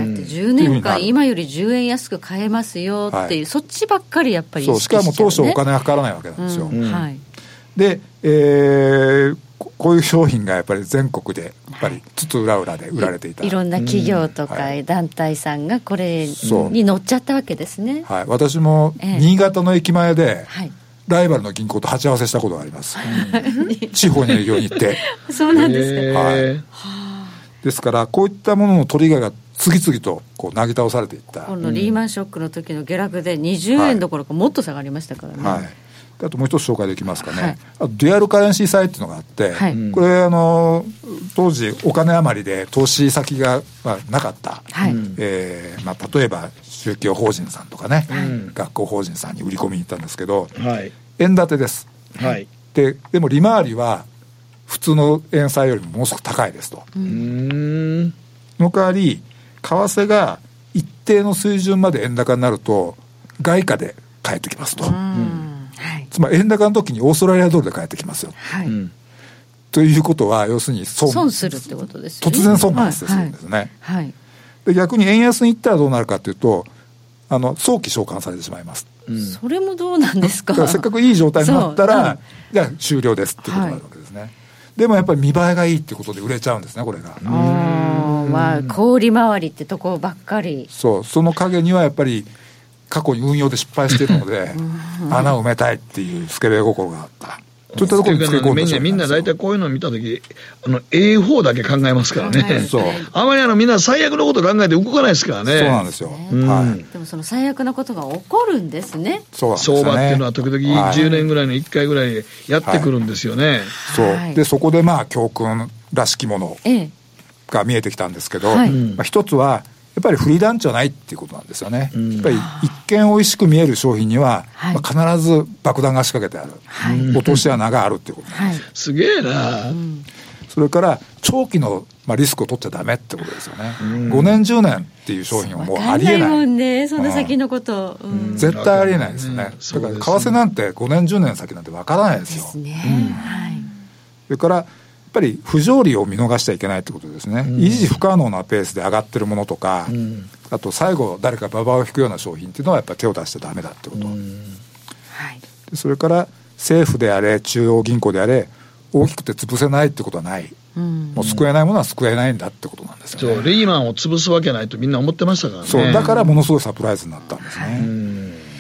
10年間今より10円安く買えますよっていう、そっちばっかりやっぱり意識しちゃうね。 しかも当初お金がかからないわけなんですよ、で、こういう商品がやっぱり全国でやっぱりつつ裏裏で売られていた、 いろんな企業とか団体さんがこれに乗っちゃったわけですね、 私も新潟の駅前で、ライバルの銀行と鉢合わせしたことがあります、地方に営業に行ってそうなんですか、 ですからこういったもののトリガーが次々とこうなぎ倒されていった。 このリーマンショックの時の下落で20円どころかもっと下がりましたからね、 あともう一つ紹介できますかね、あとデュアルカレンシー債っていうのがあって、これ当時お金余りで投資先がなかった、例えば宗教法人さんとかね、学校法人さんに売り込みに行ったんですけど、円建てです、でも利回りは普通の円債よりもものすごく高いですと。の代わり為替が一定の水準まで円高になると外貨で返ってきますと、つまり円高の時にオーストラリアドルで返ってきますよ、ということは要するに損するってことですよね。 突然損が発生するんですね、で逆に円安にいったらどうなるかというと早期償還されてしまいます、 それもどうなんですか。 だからせっかくいい状態になったら、じゃあ終了ですってことになるわけですね、でもやっぱり見栄えがいいってことで売れちゃうんですね、これが。 小売回りってとこばっかり。 その陰にはやっぱり過去に運用で失敗しているので穴を埋めたいっていうスケベ心があった。そういったところにつけ込んでみんな大体こういうのを見たとき方だけ考えますからね、あまりみんな最悪のこと考えて動かないですからね。 そうなんですよ、 でもその最悪なことが起こるんですね。 相場っていうのは時々10年ぐらいの1回ぐらいでやってくるんですよね、 でそこで教訓らしきものが見えてきたんですけど、一つはやっぱりフリーランチはないっていうことなんですよね、やっぱり一見美味しく見える商品には、必ず爆弾が仕掛けてある、落とし穴があるっていうことなんです、 すげえな、 それから長期のリスクを取っちゃダメってことですよね、5年10年っていう商品はもうありえない。 分かんないもんね、そんな先のこと、 絶対ありえないですね、だから為替なんて5年10年先なんて分からないですよ。それからやっぱり不条理を見逃しちゃいけないってことですね、維持不可能なペースで上がってるものとか、あと最後誰か馬場を引くような商品っていうのはやっぱり手を出しちゃダメだってこと、でそれから政府であれ中央銀行であれ大きくて潰せないってことはない、もう救えないものは救えないんだってことなんですよね。 リーマンを潰すわけないとみんな思ってましたからね。 だからものすごいサプライズになったんですね。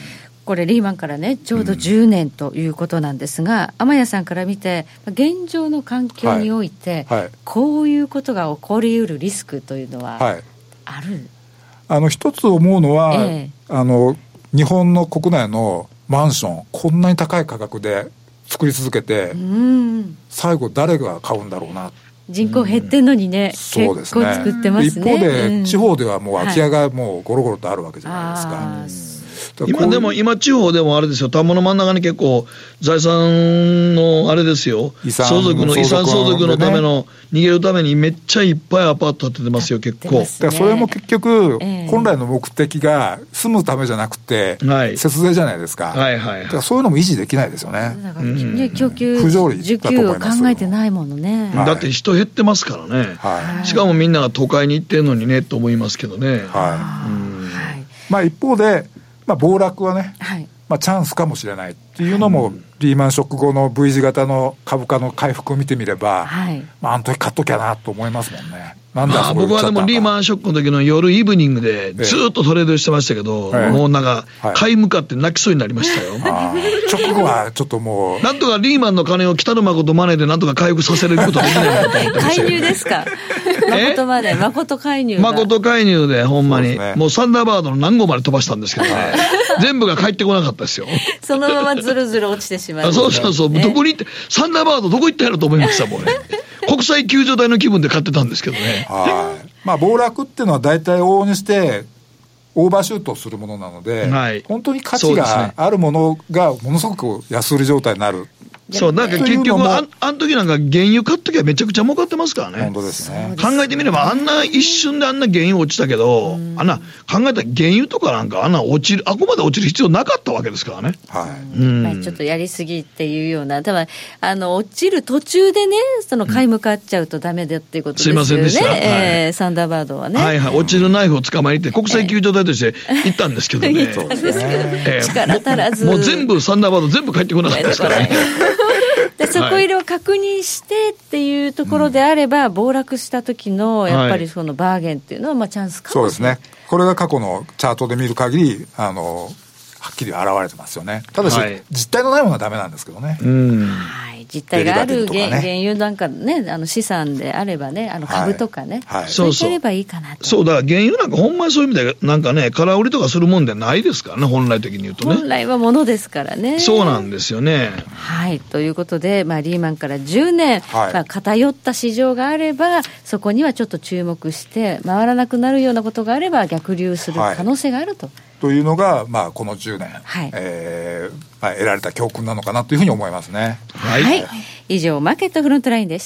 これリーマンからねちょうど10年ということなんですが、天谷さんから見て現状の環境において、こういうことが起こりうるリスクというのはある？ 一つ思うのは、日本の国内のマンションこんなに高い価格で作り続けて、最後誰が買うんだろうな。 人口減ってんのにね、結構作ってますね。 一方で、地方ではもう空き家がもうゴロゴロとあるわけじゃないですか。 今地方でもあれですよ、田んぼの真ん中に結構財産のあれですよ、相続の遺産相続のための逃げるためにめっちゃいっぱいアパート建ててますよ結構。 だからそれも結局、本来の目的が住むためじゃなくて、節税じゃないですか。だからそういうのも維持できないですよね。 供給需給を考えてないものね。 だって人減ってますからね、しかもみんなが都会に行ってるのにねと思いますけどね。 一方で暴落はね、チャンスかもしれないっていうのも、リーマンショック後の V 字型の株価の回復を見てみれば、あの時買っときゃなと思いますもんね。 僕はでもリーマンショックの時の夜イブニングでずっとトレードしてましたけど、もうなんか買い向かって泣きそうになりましたよ。 直後はちょっともうなんとかリーマンの金を北野誠マネーでなんとか回復させることできないかと思ってました介入ですか？誠まで誠介入誠介入でほんまにもうサンダーバードの何号まで飛ばしたんですけどね、全部が返ってこなかったですよ。 そのままずるずる落ちてしまう。 そうどこに行ってサンダーバードどこ行ったやろと思いましたもんね。国際救助隊の気分で買ってたんですけどね。 暴落っていうのは大体往々にしてオーバーシュートするものなので、本当に価値があるものがものすごく安売り状態になる。 そうなんか結局あの時なんか原油買っときゃめちゃくちゃ儲かってますからね。 本当ですね。 考えてみればあんな一瞬であんな原油落ちたけど、あんな考えたら原油とかなんかあんな落ちるあこまで落ちる必要なかったわけですからね。 ちょっとやりすぎっていうような、ただ落ちる途中でねその買い向かっちゃうとダメだっていうことですよね。 すいませんでした。 サンダーバードはね。 落ちるナイフを捕まえて国際救助隊として行ったんですけどね。 力足らずもう全部サンダーバード全部帰ってこなかったですからね。 でそこいろ確認してっていうところであれば、暴落した時のやっぱりそのバーゲンっていうのはチャンスかもしれない。 そうですね。これが過去のチャートで見る限りはっきり現れてますよね。ただし、実態のないものはダメなんですけどね。 実態がある原油なんかね、資産であればね、株とかね、そういければいいかなと。 そうだから原油なんかほんまにそういう意味でなんかね、空売りとかするもんではないですからね、本来的に言うとね。 本来はものですからね。 そうなんですよね。 ということで、リーマンから10年、偏った市場があればそこにはちょっと注目して回らなくなるようなことがあれば逆流する可能性があると。 というのが、この10年、得られた教訓なのかなというふうに思いますね。 以上マーケットフロントラインでした。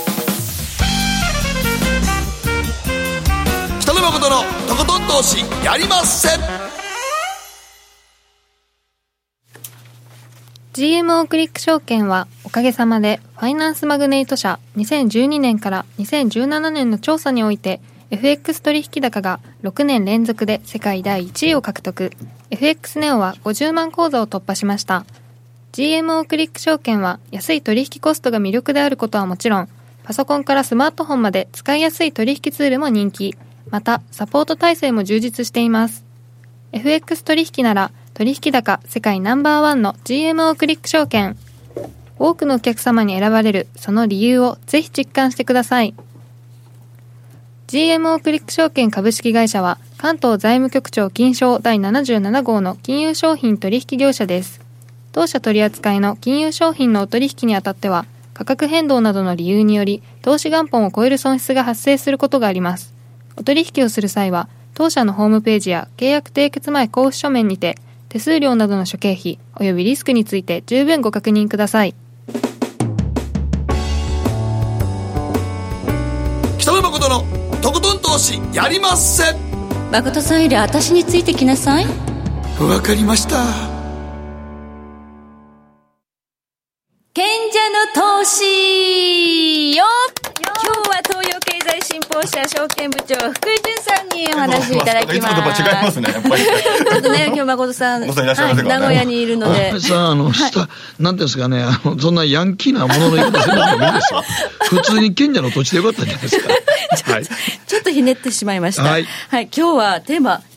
北野誠のとことん投資やりません。 GMO クリック証券はおかげさまでファイナンスマグネイト社2012年から2017年の調査においてFX 取引高が6年連続で世界第1位を獲得。 FX ネオは50万口座を突破しました。 GMO クリック証券は安い取引コストが魅力であることはもちろん、パソコンからスマートフォンまで使いやすい取引ツールも人気。またサポート体制も充実しています。 FX 取引なら取引高世界ナンバーワンの GMO クリック証券。多くのお客様に選ばれるその理由をぜひ実感してください。GMO クリック証券株式会社は関東財務局長金賞第77号の金融商品取引業者です。当社取扱いの金融商品のお取引にあたっては価格変動などの理由により投資元本を超える損失が発生することがあります。お取引をする際は当社のホームページや契約締結前交付書面にて手数料などの諸経費およびリスクについて十分ご確認ください。 北野誠のとことん投資やりません。 誠さんより私についてきなさい。 わかりました。 賢者の投資よ。今日は東洋経済新報社証券部長福井潤さんにお話しいただきます。 いつもと違いますね、やっぱり。 ちょっとね、今日誠さん、名古屋にいるので。 なんですかね、そんなヤンキーなものの言い方せなくてもいいですよ。普通に賢者の土地でよかったんじゃないですか。 ちょっとひねってしまいました。今日はテーマ、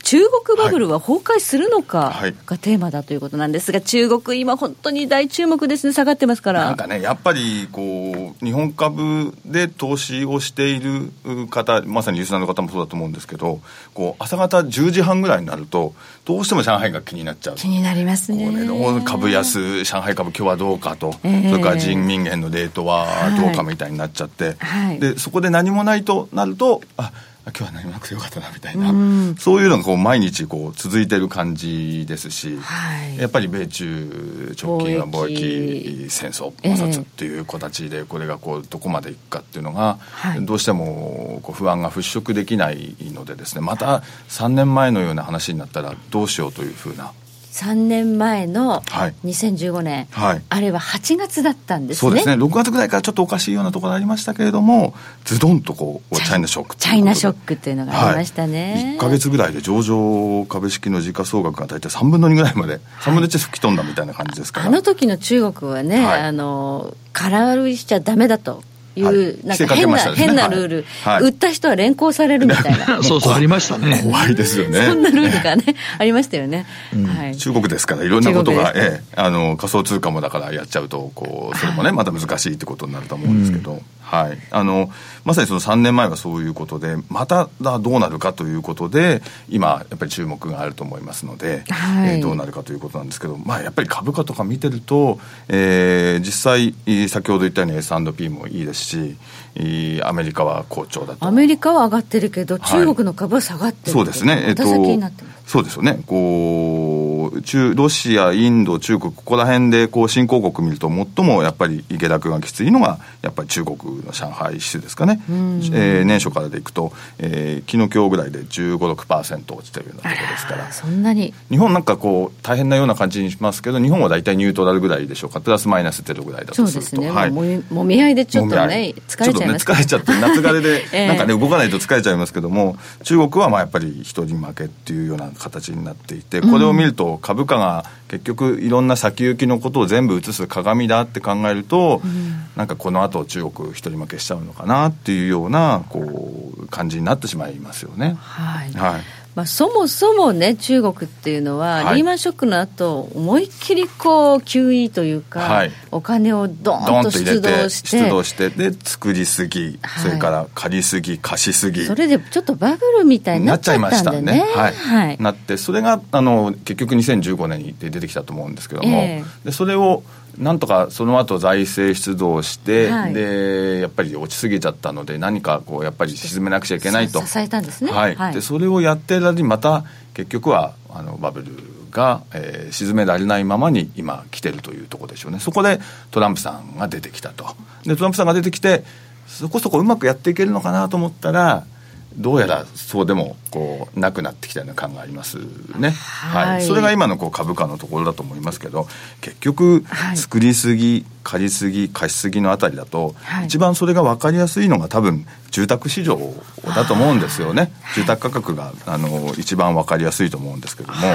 中国バブルは崩壊するのかがテーマだということなんですが、中国今本当に大注目ですね。下がってますから。 なんかね、やっぱりこう日本株で投資をしている方、まさにリスナーの方もそうだと思うんですけど、こう朝方10時半ぐらいになるとどうしても上海が気になっちゃう。 気になりますね。 株安、上海株今日はどうかと、それから人民元のレートはどうかみたいになっちゃって、でそこで何もないとなると、今日は何もなくてよかったなみたいな、そういうのがこう毎日こう続いてる感じですし、やっぱり米中直近は貿易戦争摩擦っていう形で、これがこうどこまでいくかっていうのが、どうしてもこう不安が払拭できないのでですね、また3年前のような話になったらどうしようというふうな。 3年前の2015年、あれは8月だったんですね。 そうですね。6月ぐらいからちょっとおかしいようなところありましたけれども、ズドンとこうチャイナショックチャイナショックっていうのがありましたね。 1ヶ月ぐらいで上場株式の時価総額が大体3分の2ぐらいまで、3分の1吹き飛んだみたいな感じですから。 あの時の中国はね、空売りしちゃダメだという、なんか変なルール、売った人は連行されるみたいなそうありましたね。 怖いですよね。 そんなルールがねありましたよね。 中国ですからいろんなことが、仮想通貨もだからやっちゃうとこうそれもね、また難しいってことになると思うんですけど、まさにその3年前はそういうことで、またどうなるかということで今やっぱり注目があると思いますので、どうなるかということなんですけど、やっぱり株価とか見てると、実際先ほど言ったように S&P もいいですし、アメリカは好調だと。 アメリカは上がってるけど中国の株は下がってる、 そうですね。そうですよね。こうロシア、インド、中国、ここら辺でこう新興国見ると最もやっぱり下落がきついのがやっぱり中国の上海指数ですかね。年初からでいくと、昨日今日ぐらいで 15-6% 落ちてるようなところですから。 そんなに日本なんかこう大変なような感じにしますけど、日本はだいたいニュートラルぐらいでしょうか。プラスマイナス0ぐらいだとすると。 そうですね。もみ合いでちょっとね疲れちゃいますちょっとね疲れちゃって夏枯れでなんかね動かないと疲れちゃいますけども、中国はやっぱり一人負けっていうような形になっていて、これを見ると株価が結局いろんな先行きのことを全部映す鏡だって考えると、なんかこの後中国一人負けしちゃうのかなっていうようなこう感じになってしまいますよね。 そもそもね中国っていうのは、リーマンショックの後思いっきりこう QE というか、お金をドーンと出動してで作りすぎ、それから借りすぎ貸しすぎ、 それでちょっとバブルみたいになっちゃったんでね。 なってそれが結局2015年に出てきたと思うんですけども、でそれをなんとかその後財政出動して、でやっぱり落ちすぎちゃったので何かこうやっぱり沈めなくちゃいけないと支えたんですね。 でそれをやってる間にまた結局はバブルが、沈められないままに今来てるというところでしょうね。そこでトランプさんが出てきたと。でトランプさんが出てきてそこそこうまくやっていけるのかなと思ったら、どうやらそうでもこうなくなってきたような感がありますね。それが今のこう株価のところだと思いますけど、結局作りすぎ借りすぎ貸しすぎのあたりだと、一番それが分かりやすいのが多分住宅市場だと思うんですよね。住宅価格が一番分かりやすいと思うんですけども、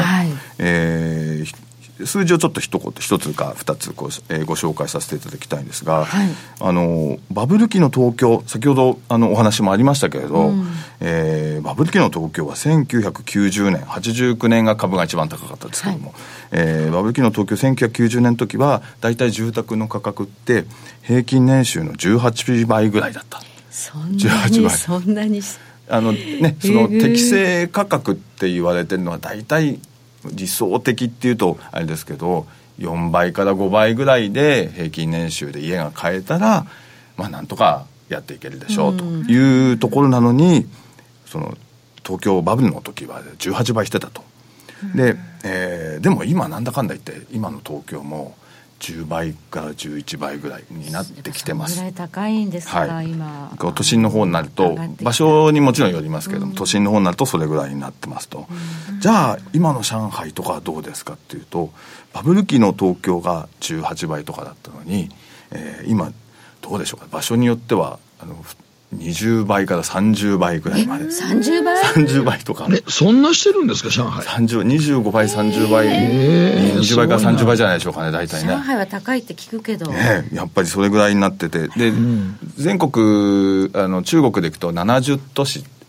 数字をちょっと一つか二つご紹介させていただきたいんですが、バブル期の東京、先ほどお話もありましたけれど、バブル期の東京は1990年89年が株が一番高かったですけども、バブル期の東京1990年の時はだいたい住宅の価格って平均年収の18倍ぐらいだった。 そんなにその適正価格って言われてるのはだいたい理想的っていうとあれですけど、4倍から5倍ぐらいで平均年収で家が買えたらなんとかやっていけるでしょうというところなのに、その東京バブルの時は18倍してたと。でも今なんだかんだ言って今の東京も10倍から11倍ぐらいになってきてます。 それぐらい高いんですか、今。 都心の方になると場所にもちろんよりますけれども、都心の方になるとそれぐらいになってますと。じゃあ今の上海とかはどうですかっていうと、バブル期の東京が18倍とかだったのに、今どうでしょうか。場所によっては20倍から30倍ぐらいまで。 30倍 ?30 倍とか。 そんなしてるんですか、上海。 25倍、30倍、20倍から30倍じゃないでしょうかね、大体ね。 上海は高いって聞くけど。 やっぱりそれぐらいになってて、で、全国、中国でいくと70都市、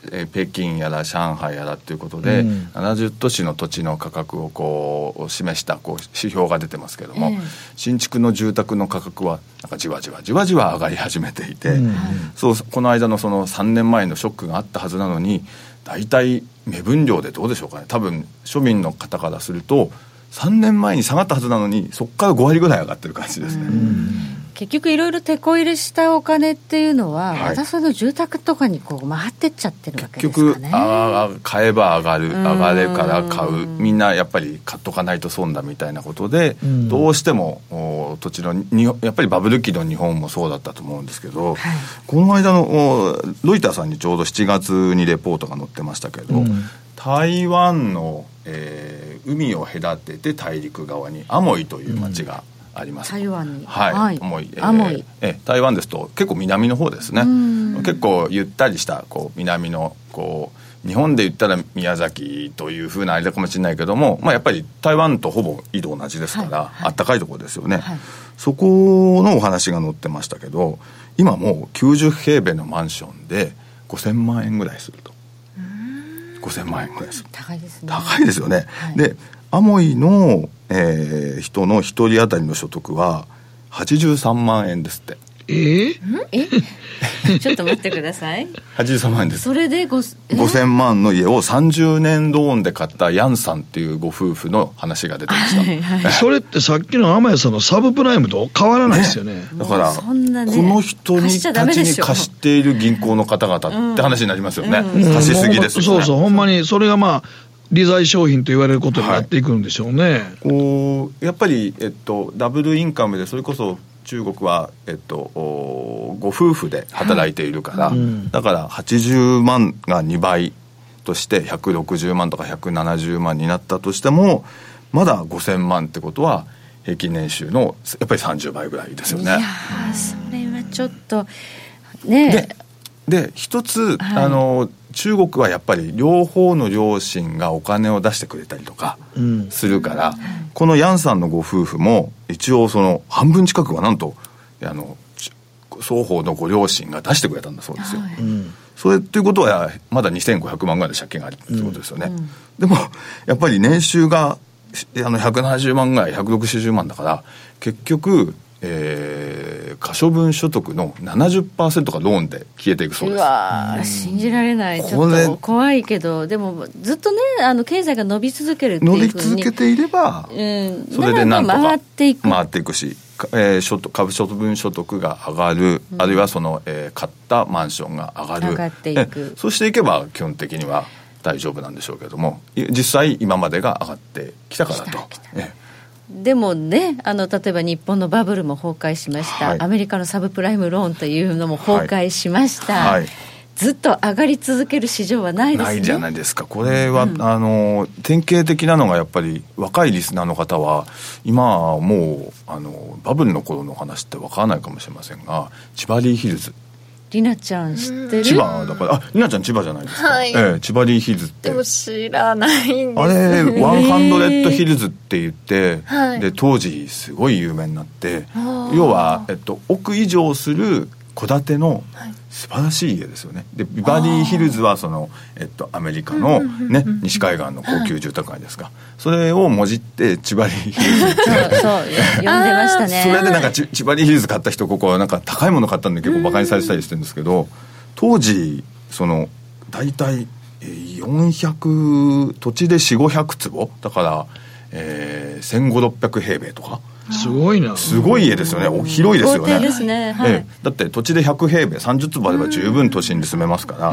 北京やら上海やらということで、70都市の土地の価格をこう示したこう指標が出てますけども、新築の住宅の価格はなんかじわじわ上がり始めていて、そうこの間のその3年前のショックがあったはずなのに、大体目分量でどうでしょうかね、多分庶民の方からすると3年前に下がったはずなのにそこから5割ぐらい上がってる感じですね。 結局いろいろ手こ入れしたお金っていうのは、和田さんの住宅とかにこう回ってっちゃってるわけですかね。 結局買えば上がる、上がれから買う、みんなやっぱり買っとかないと損だみたいなことで、どうしても土地のやっぱりバブル期の日本もそうだったと思うんですけど、この間のロイターさんにちょうど7月にレポートが載ってましたけど、台湾の、海を隔てて大陸側にアモイという町があります。 台湾に、 アモイ、台湾ですと結構南の方ですね。結構ゆったりしたこう南のこう日本で言ったら宮崎という風なあれかもしれないけども、やっぱり台湾とほぼ緯度同じですから、あったかいところですよね。そこのお話が載ってましたけど、今もう90平米のマンションで5000万円ぐらいすると。5000万円ぐらいする。 高いですね。 高いですよね。でアモイの、人の一人当たりの所得は83万円ですって。 ちょっと待ってください。 83万円です。 それで 5000万の家を30年ローンで買ったヤンさんっていうご夫婦の話が出てました。 それってさっきの天谷さんのサブプライムと変わらないですよね。 だから、この人たちに貸している銀行の方々って話になりますよね。貸しすぎですよね。 ほんまにそれが利財商品と言われることになっていくんでしょうね。 やっぱり、ダブルインカムで、それこそ中国は、ご夫婦で働いているから、だから80万が2倍として160万とか170万になったとしても、まだ5000万ってことは平均年収のやっぱり30倍ぐらいですよね。 いやそれはちょっとね。 で一つ、中国はやっぱり両方の両親がお金を出してくれたりとかするから、このヤンさんのご夫婦も一応その半分近くはなんと双方のご両親が出してくれたんだそうですよ。それということはまだ2500万ぐらいで借金があるということですよね。でもやっぱり年収が170万ぐらい160万だから、結局可処分所得の 70% がローンで消えていくそうです。 うわ信じられない。ちょっと怖いけど、でもずっとね経済が伸び続けるっていう伸び続けていれば、それでなんとか回っていくし、株処分所得が上がる、あるいはその、買ったマンションが上がっていく、 そうしていけば基本的には大丈夫なんでしょうけども、実際今までが上がってきたからと。 でもね、例えば日本のバブルも崩壊しました、アメリカのサブプライムローンというのも崩壊しました、ずっと上がり続ける市場はないですね。 ないじゃないですか。これは、典型的なのがやっぱり若いリスナーの方は今はもうバブルの頃の話って分からないかもしれませんが、千葉リーヒルズ、 りなちゃん知ってる？ 千葉だから、りなちゃん千葉じゃないですか、千葉リーヒルズって。 でも知らないんです。 あれ100ヒルズって言って、で当時すごい有名になって、要は、億以上する戸建ての素晴らしい家ですよね。でビバリーヒルズはその、アメリカの、西海岸の高級住宅街ですか、それをもじって千葉リーヒルズってそう呼んでましたね。 それでなんか千葉リーヒルズ買った人、ここなんか高いもの買ったんで結構バカにされてたりしてるんですけど、当時その大体400土地で 4,500 坪だから、1,500600平米とか、 すごいな。 すごい家ですよね。広いですよね。 豪邸ですね、 だって土地で100平米30坪あれば十分都心に住めますから、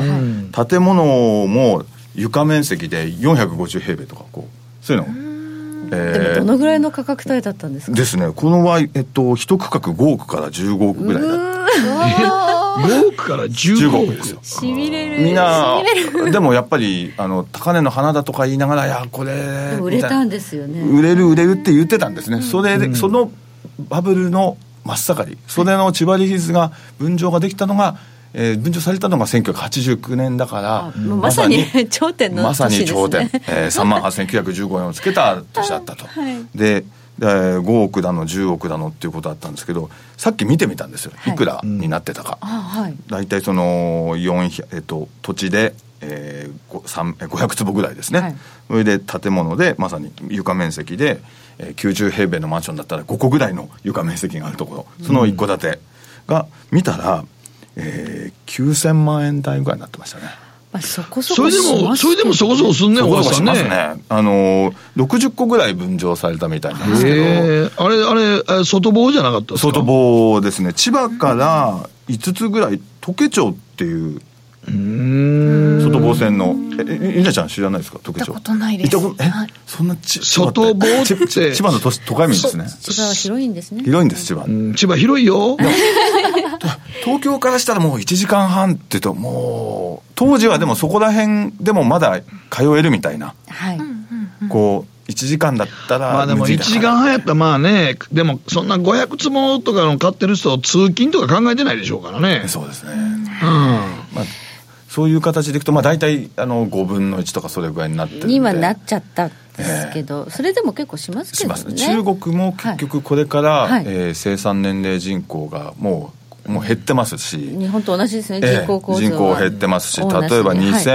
建物も床面積で450平米とかそういうの、 でもどのぐらいの価格帯だったんですか？ ですね、この場合、一区画5億から15億ぐらいだ 5億から15億ですよ。 しびれる。 みんなでもやっぱり高値の花だとか言いながら、いやこれでも売れたんですよね。 売れるって言ってたんですね。それで、そのバブルの真っ盛り、それの千葉リーヒルズが分譲ができたのが、分譲されたのが1989年だから、 まさに頂点の年ですね。まさに頂点、 38,915円をつけた年だったと。で5億だの10億だのっていうことだったんですけど、さっき見てみたんですよ、いくらになってたか。だいたいその土地で 500坪ぐらいですね、はい、それで建物でまさに床面積で、90平米のマンションだったら5個ぐらいの床面積があるところ、その一戸建てが見たら、9000万円台ぐらいになってましたね。 そこそこそれでもそこそこすんね、 おばさんね。60個ぐらい分譲されたみたいなんですけど、 あれ外房じゃなかったですか？ 外房ですね。千葉から5つぐらい、溶け町っていう外房線の、ゆなちゃん知らないですか？溶け町。 行ったことないです。 そんな外房って千葉の都会民ですね。 千葉は広いんですね。 広いんです、千葉。 千葉広いよ。 東京からしたらもう1時間半って言うと、もう当時はでもそこら辺でもまだ通えるみたいな、はい、こう1時間だったら、 まあでも1時間半やったらまあね、でもそんな500坪とかの買ってる人通勤とか考えてないでしょうからね。 そうですね、まあ、そういう形でいくと、まあ大体5分の1とかそれぐらいになってるんでにはなっちゃったんですけど、それでも結構しますけどね。します。 中国も結局これから、はい、生産年齢人口がもう減ってますし、 日本と同じですね、人口構造は、 人口減ってますし、例えば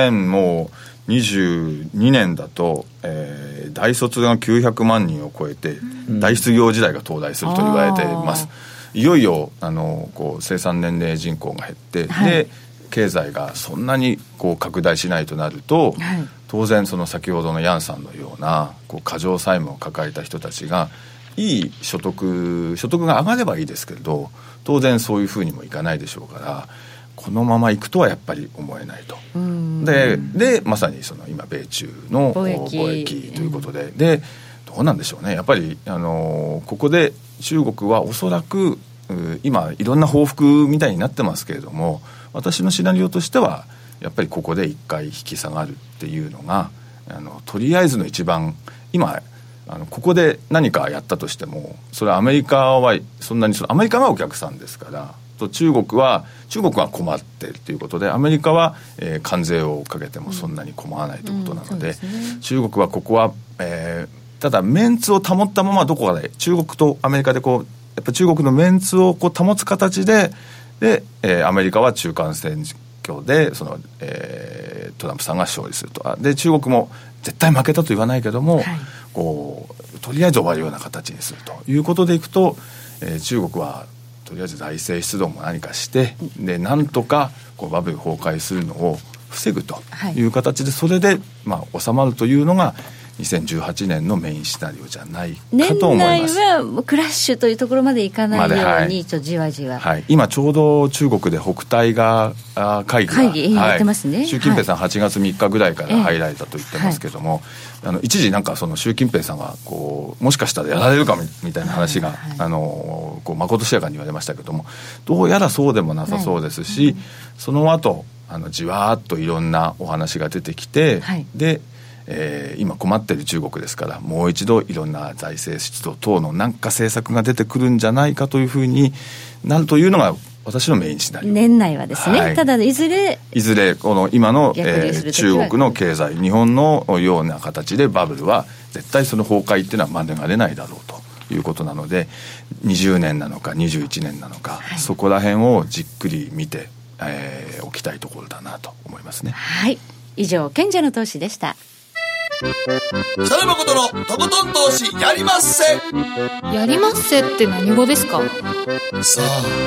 2022年だと、大卒が900万人を超えて、大失業時代が到来すると言われています。いよいよこう生産年齢人口が減って、はい、で経済がそんなにこう拡大しないとなると、はい、当然その先ほどのヤンさんのようなこう過剰債務を抱えた人たちがいい所得が上がればいいですけれど、当然そういうふうにもいかないでしょうから、このままいくとはやっぱり思えないと。でまさにその今米中の貿易ということで、でどうなんでしょうね、やっぱりここで中国はおそらく今いろんな報復みたいになってますけれども、私のシナリオとしてはやっぱりここで一回引き下がるっていうのがとりあえずの一番、今ここで何かやったとしても、それはアメリカはそんなにアメリカがお客さんですから、と中国は困っているということで、アメリカは、関税をかけてもそんなに困らないということなので、中国はここは、ただメンツを保ったままどこかで中国とアメリカでこうやっぱ中国のメンツをこう保つ形で、アメリカは中間選挙でトランプさんが勝利すると。で中国も絶対負けたと言わないけども、はい、こうとりあえず終わるような形にするということでいくと、中国はとりあえず財政出動も何かして、でなんとかこうバブル崩壊するのを防ぐという形で、それで収まるというのが2018年のメインシナリオじゃないかと思います。 年内はクラッシュというところまでいかないように、ちょっとじわじわ、 はい、今ちょうど中国で北戴河会議やってますね。 習近平さん8月3日ぐらいから入られたと言ってますけども、一時なんかその習近平さんがこうもしかしたらやられるかみたいな話が、こうまことしやかに言われましたけども、どうやらそうでもなさそうですし、その後じわーっといろんなお話が出てきて、で今困っている中国ですから、もう一度いろんな財政出動等の何か政策が出てくるんじゃないかというふうになるというのが私のメインシナリオ。 年内はですね、はい、ただいずれこの今の、中国の経済、日本のような形でバブルは絶対その崩壊っていうのは免れないだろうということなので、20年なのか21年なのか、はい、そこら辺をじっくり見て、おきたいところだなと思いますね。 はい、以上賢者の投資でした。 北野誠のとことん投資やりまっせ。 やりまっせって何語ですか？ さ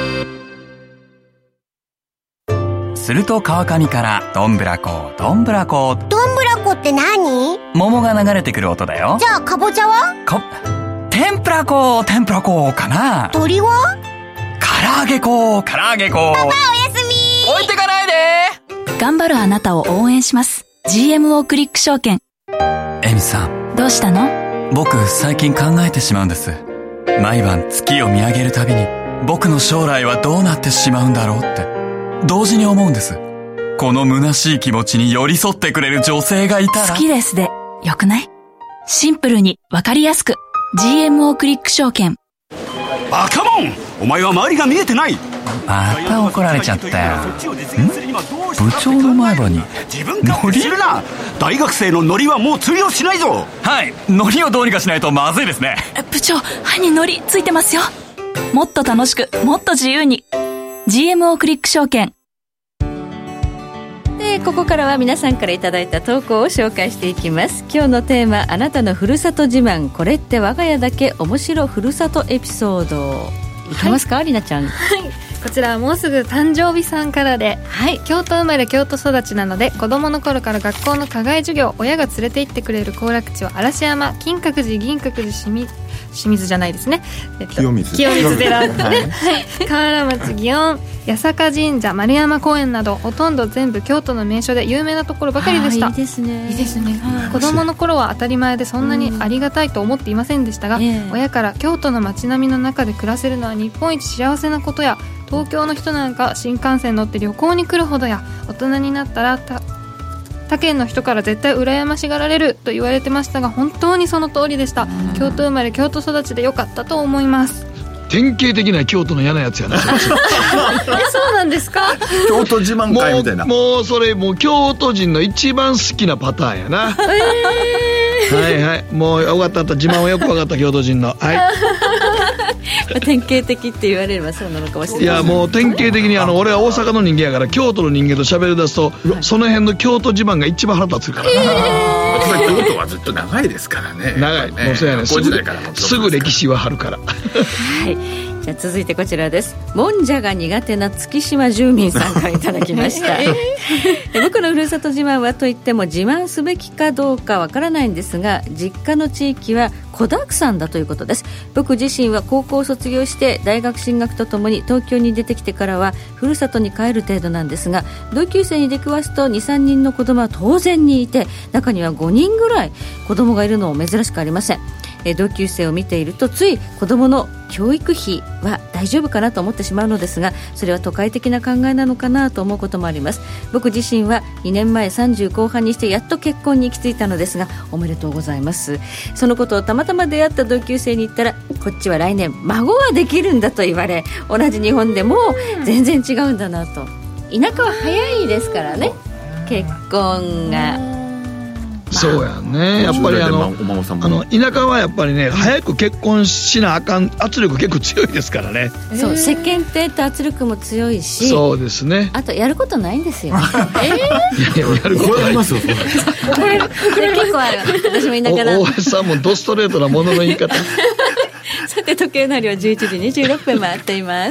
あ。すると川上からどんぶらこどんぶらこ。 どんぶらこって何？ 桃が流れてくる音だよ。 じゃあかぼちゃは？ 天ぷらこ天ぷらこかな。 鳥は？ 唐揚げこ唐揚げこ。 パパおやすみ。 置いてかないで。 頑張るあなたを応援します。 GMO クリック証券。 エミさん、 どうしたの？ 僕最近考えてしまうんです。毎晩月を見上げるたびに僕の将来はどうなってしまうんだろうって同時に思うんです。この虚しい気持ちに寄り添ってくれる女性がいたら。 好きですでよくない？シンプルにわかりやすく GMO クリック証券。 バカモン、お前は周りが見えてない。 また怒られちゃったよ。部長の前歯にノリするな。大学生のノリはもう通用しないぞ。 はい、ノリをどうにかしないとまずいですね。 部長、歯にノリついてますよ。もっと楽しくもっと自由に GMO クリック証券。 ここからは皆さんからいただいた投稿を紹介していきます。今日のテーマ、あなたのふるさと自慢、これって我が家だけ面白ふるさとエピソードいけますか、はい、りなちゃん。はい、 こちらはもうすぐ誕生日さんからで、はい、京都生まれ京都育ちなので、子供の頃から学校の課外授業、親が連れて行ってくれる行楽地は嵐山、金閣寺、銀閣寺、清水じゃないですね、清水寺ですね、はい、河原町、祇園、八坂神社、丸山公園などほとんど全部京都の名所で有名なところばかりでした。 いいですね、 いいですね。子供の頃は当たり前でそんなにありがたいと思っていませんでしたが、親から京都の街並みの中で暮らせるのは日本一幸せなことや、東京の人なんか新幹線乗って旅行に来るほどや、大人になったら他県の人から絶対羨ましがられると言われてましたが、本当にその通りでした。京都生まれ京都育ちでよかったと思います。 典型的な京都の嫌なやつやなそうなんですか。 京都自慢会みたいな。 もうそれもう京都人の一番好きなパターンやな。はいはい、もう分かった、自慢はよく分かった、京都人の。はい。 典型的って言われればそうなのかもしれない。 いやもう典型的に俺は大阪の人間やから、京都の人間と喋り出すと、その辺の京都自慢が一番腹立つから。 京都はずっと長いですからね。 長い、もうそうやね。すぐ歴史はあるから。はい。 じゃあ続いてこちらです。もんじゃが苦手な月島住民さんからいただきました。僕のふるさと自慢はといっても自慢すべきかどうかわからないんですが、実家の地域は子だくさんだということです。僕自身は高校を卒業して大学進学とともに東京に出てきてからはふるさとに帰る程度なんですが、同級生に出くわすと 2,3 人の子供は当然にいて、中には5人ぐらい子供がいるのも珍しくありません。同級生を見ているとつい子供の教育費は大丈夫かなと思ってしまうのですが、それは都会的な考えなのかなと思うこともあります。僕自身は2年前30後半にしてやっと結婚に行き着いたのですが、おめでとうございます。そのことをたまたま出会った同級生に言ったら、こっちは来年孫はできるんだと言われ、同じ日本でも全然違うんだなと。田舎は早いですからね、結婚が。 そうやね、やっぱり田舎はやっぱりね、早く結婚しなあかん圧力結構強いですからね。 そう、世間体と圧力も強いし、 そうですね。 あとやることないんですよ。 いややることありますよ。 これ結構ある。私も田舎な。 大橋さんもドストレートなものの言い方。 さて時計の針は11時26分回っています。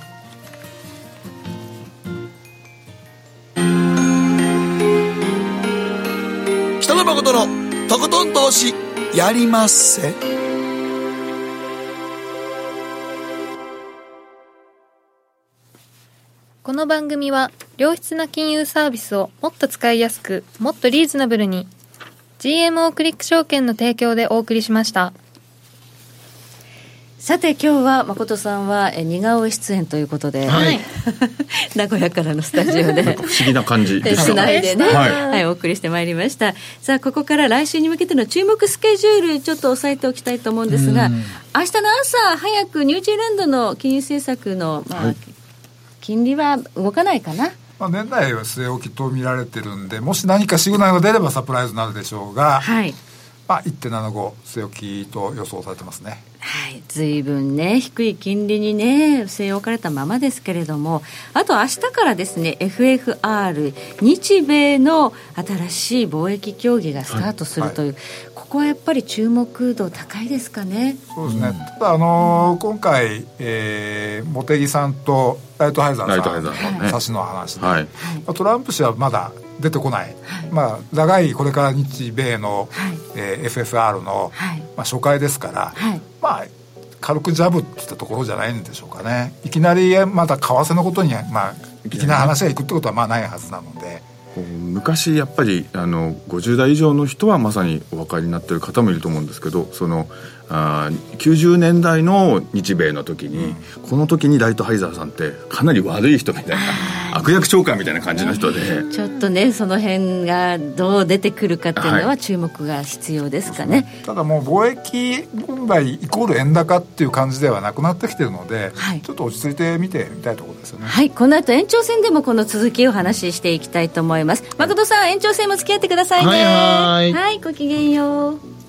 北野誠のとことん投資やりまっせ。 この番組は良質な金融サービスをもっと使いやすく、もっとリーズナブルに GMO クリック証券の提供でお送りしました。 さて今日は誠さんは似顔絵出演ということで、はい、名古屋からのスタジオで不思議な感じでした。 つないでね、はい、お送りしてまいりました。さあここから来週に向けての注目スケジュールちょっと押さえておきたいと思うんですが、明日の朝早くニュージーランドの金融政策の、金利は動かないかな。 年内は据え置きと見られてるんで、もし何かシグナルが出ればサプライズになるでしょうが、はい、1.75 据え置きと予想されてますね。 はい、随分ね低い金利にね据え置かれたままですけれども、あと明日からですね FFR 日米の新しい貿易協議がスタートするという、ここはやっぱり注目度高いですかね。 そうですね、ただ今回、茂木さんとライトハイザーさんの差しの話で、トランプ氏はまだ出てこない、長いこれから日米の、FFR の、初回ですから、軽くジャブっていったところじゃないんでしょうかね。いきなりまた為替のことに、いきなり話がいくってことはないはずなので、 昔やっぱり50代以上の人はまさにお分かりになっている方もいると思うんですけど、90年代の日米の時に、この時にライトハイザーさんってかなり悪い人みたいな、悪役長官みたいな感じの人で、 ちょっとねその辺がどう出てくるかっていうのは注目が必要ですかね。 ただもう貿易問題イコール円高っていう感じではなくなってきてるので、ちょっと落ち着いて見てみたいところですよね。 はい、この後延長戦でもこの続きを話していきたいと思います。誠さん延長戦も付き合ってくださいね。はい、ごきげんよう。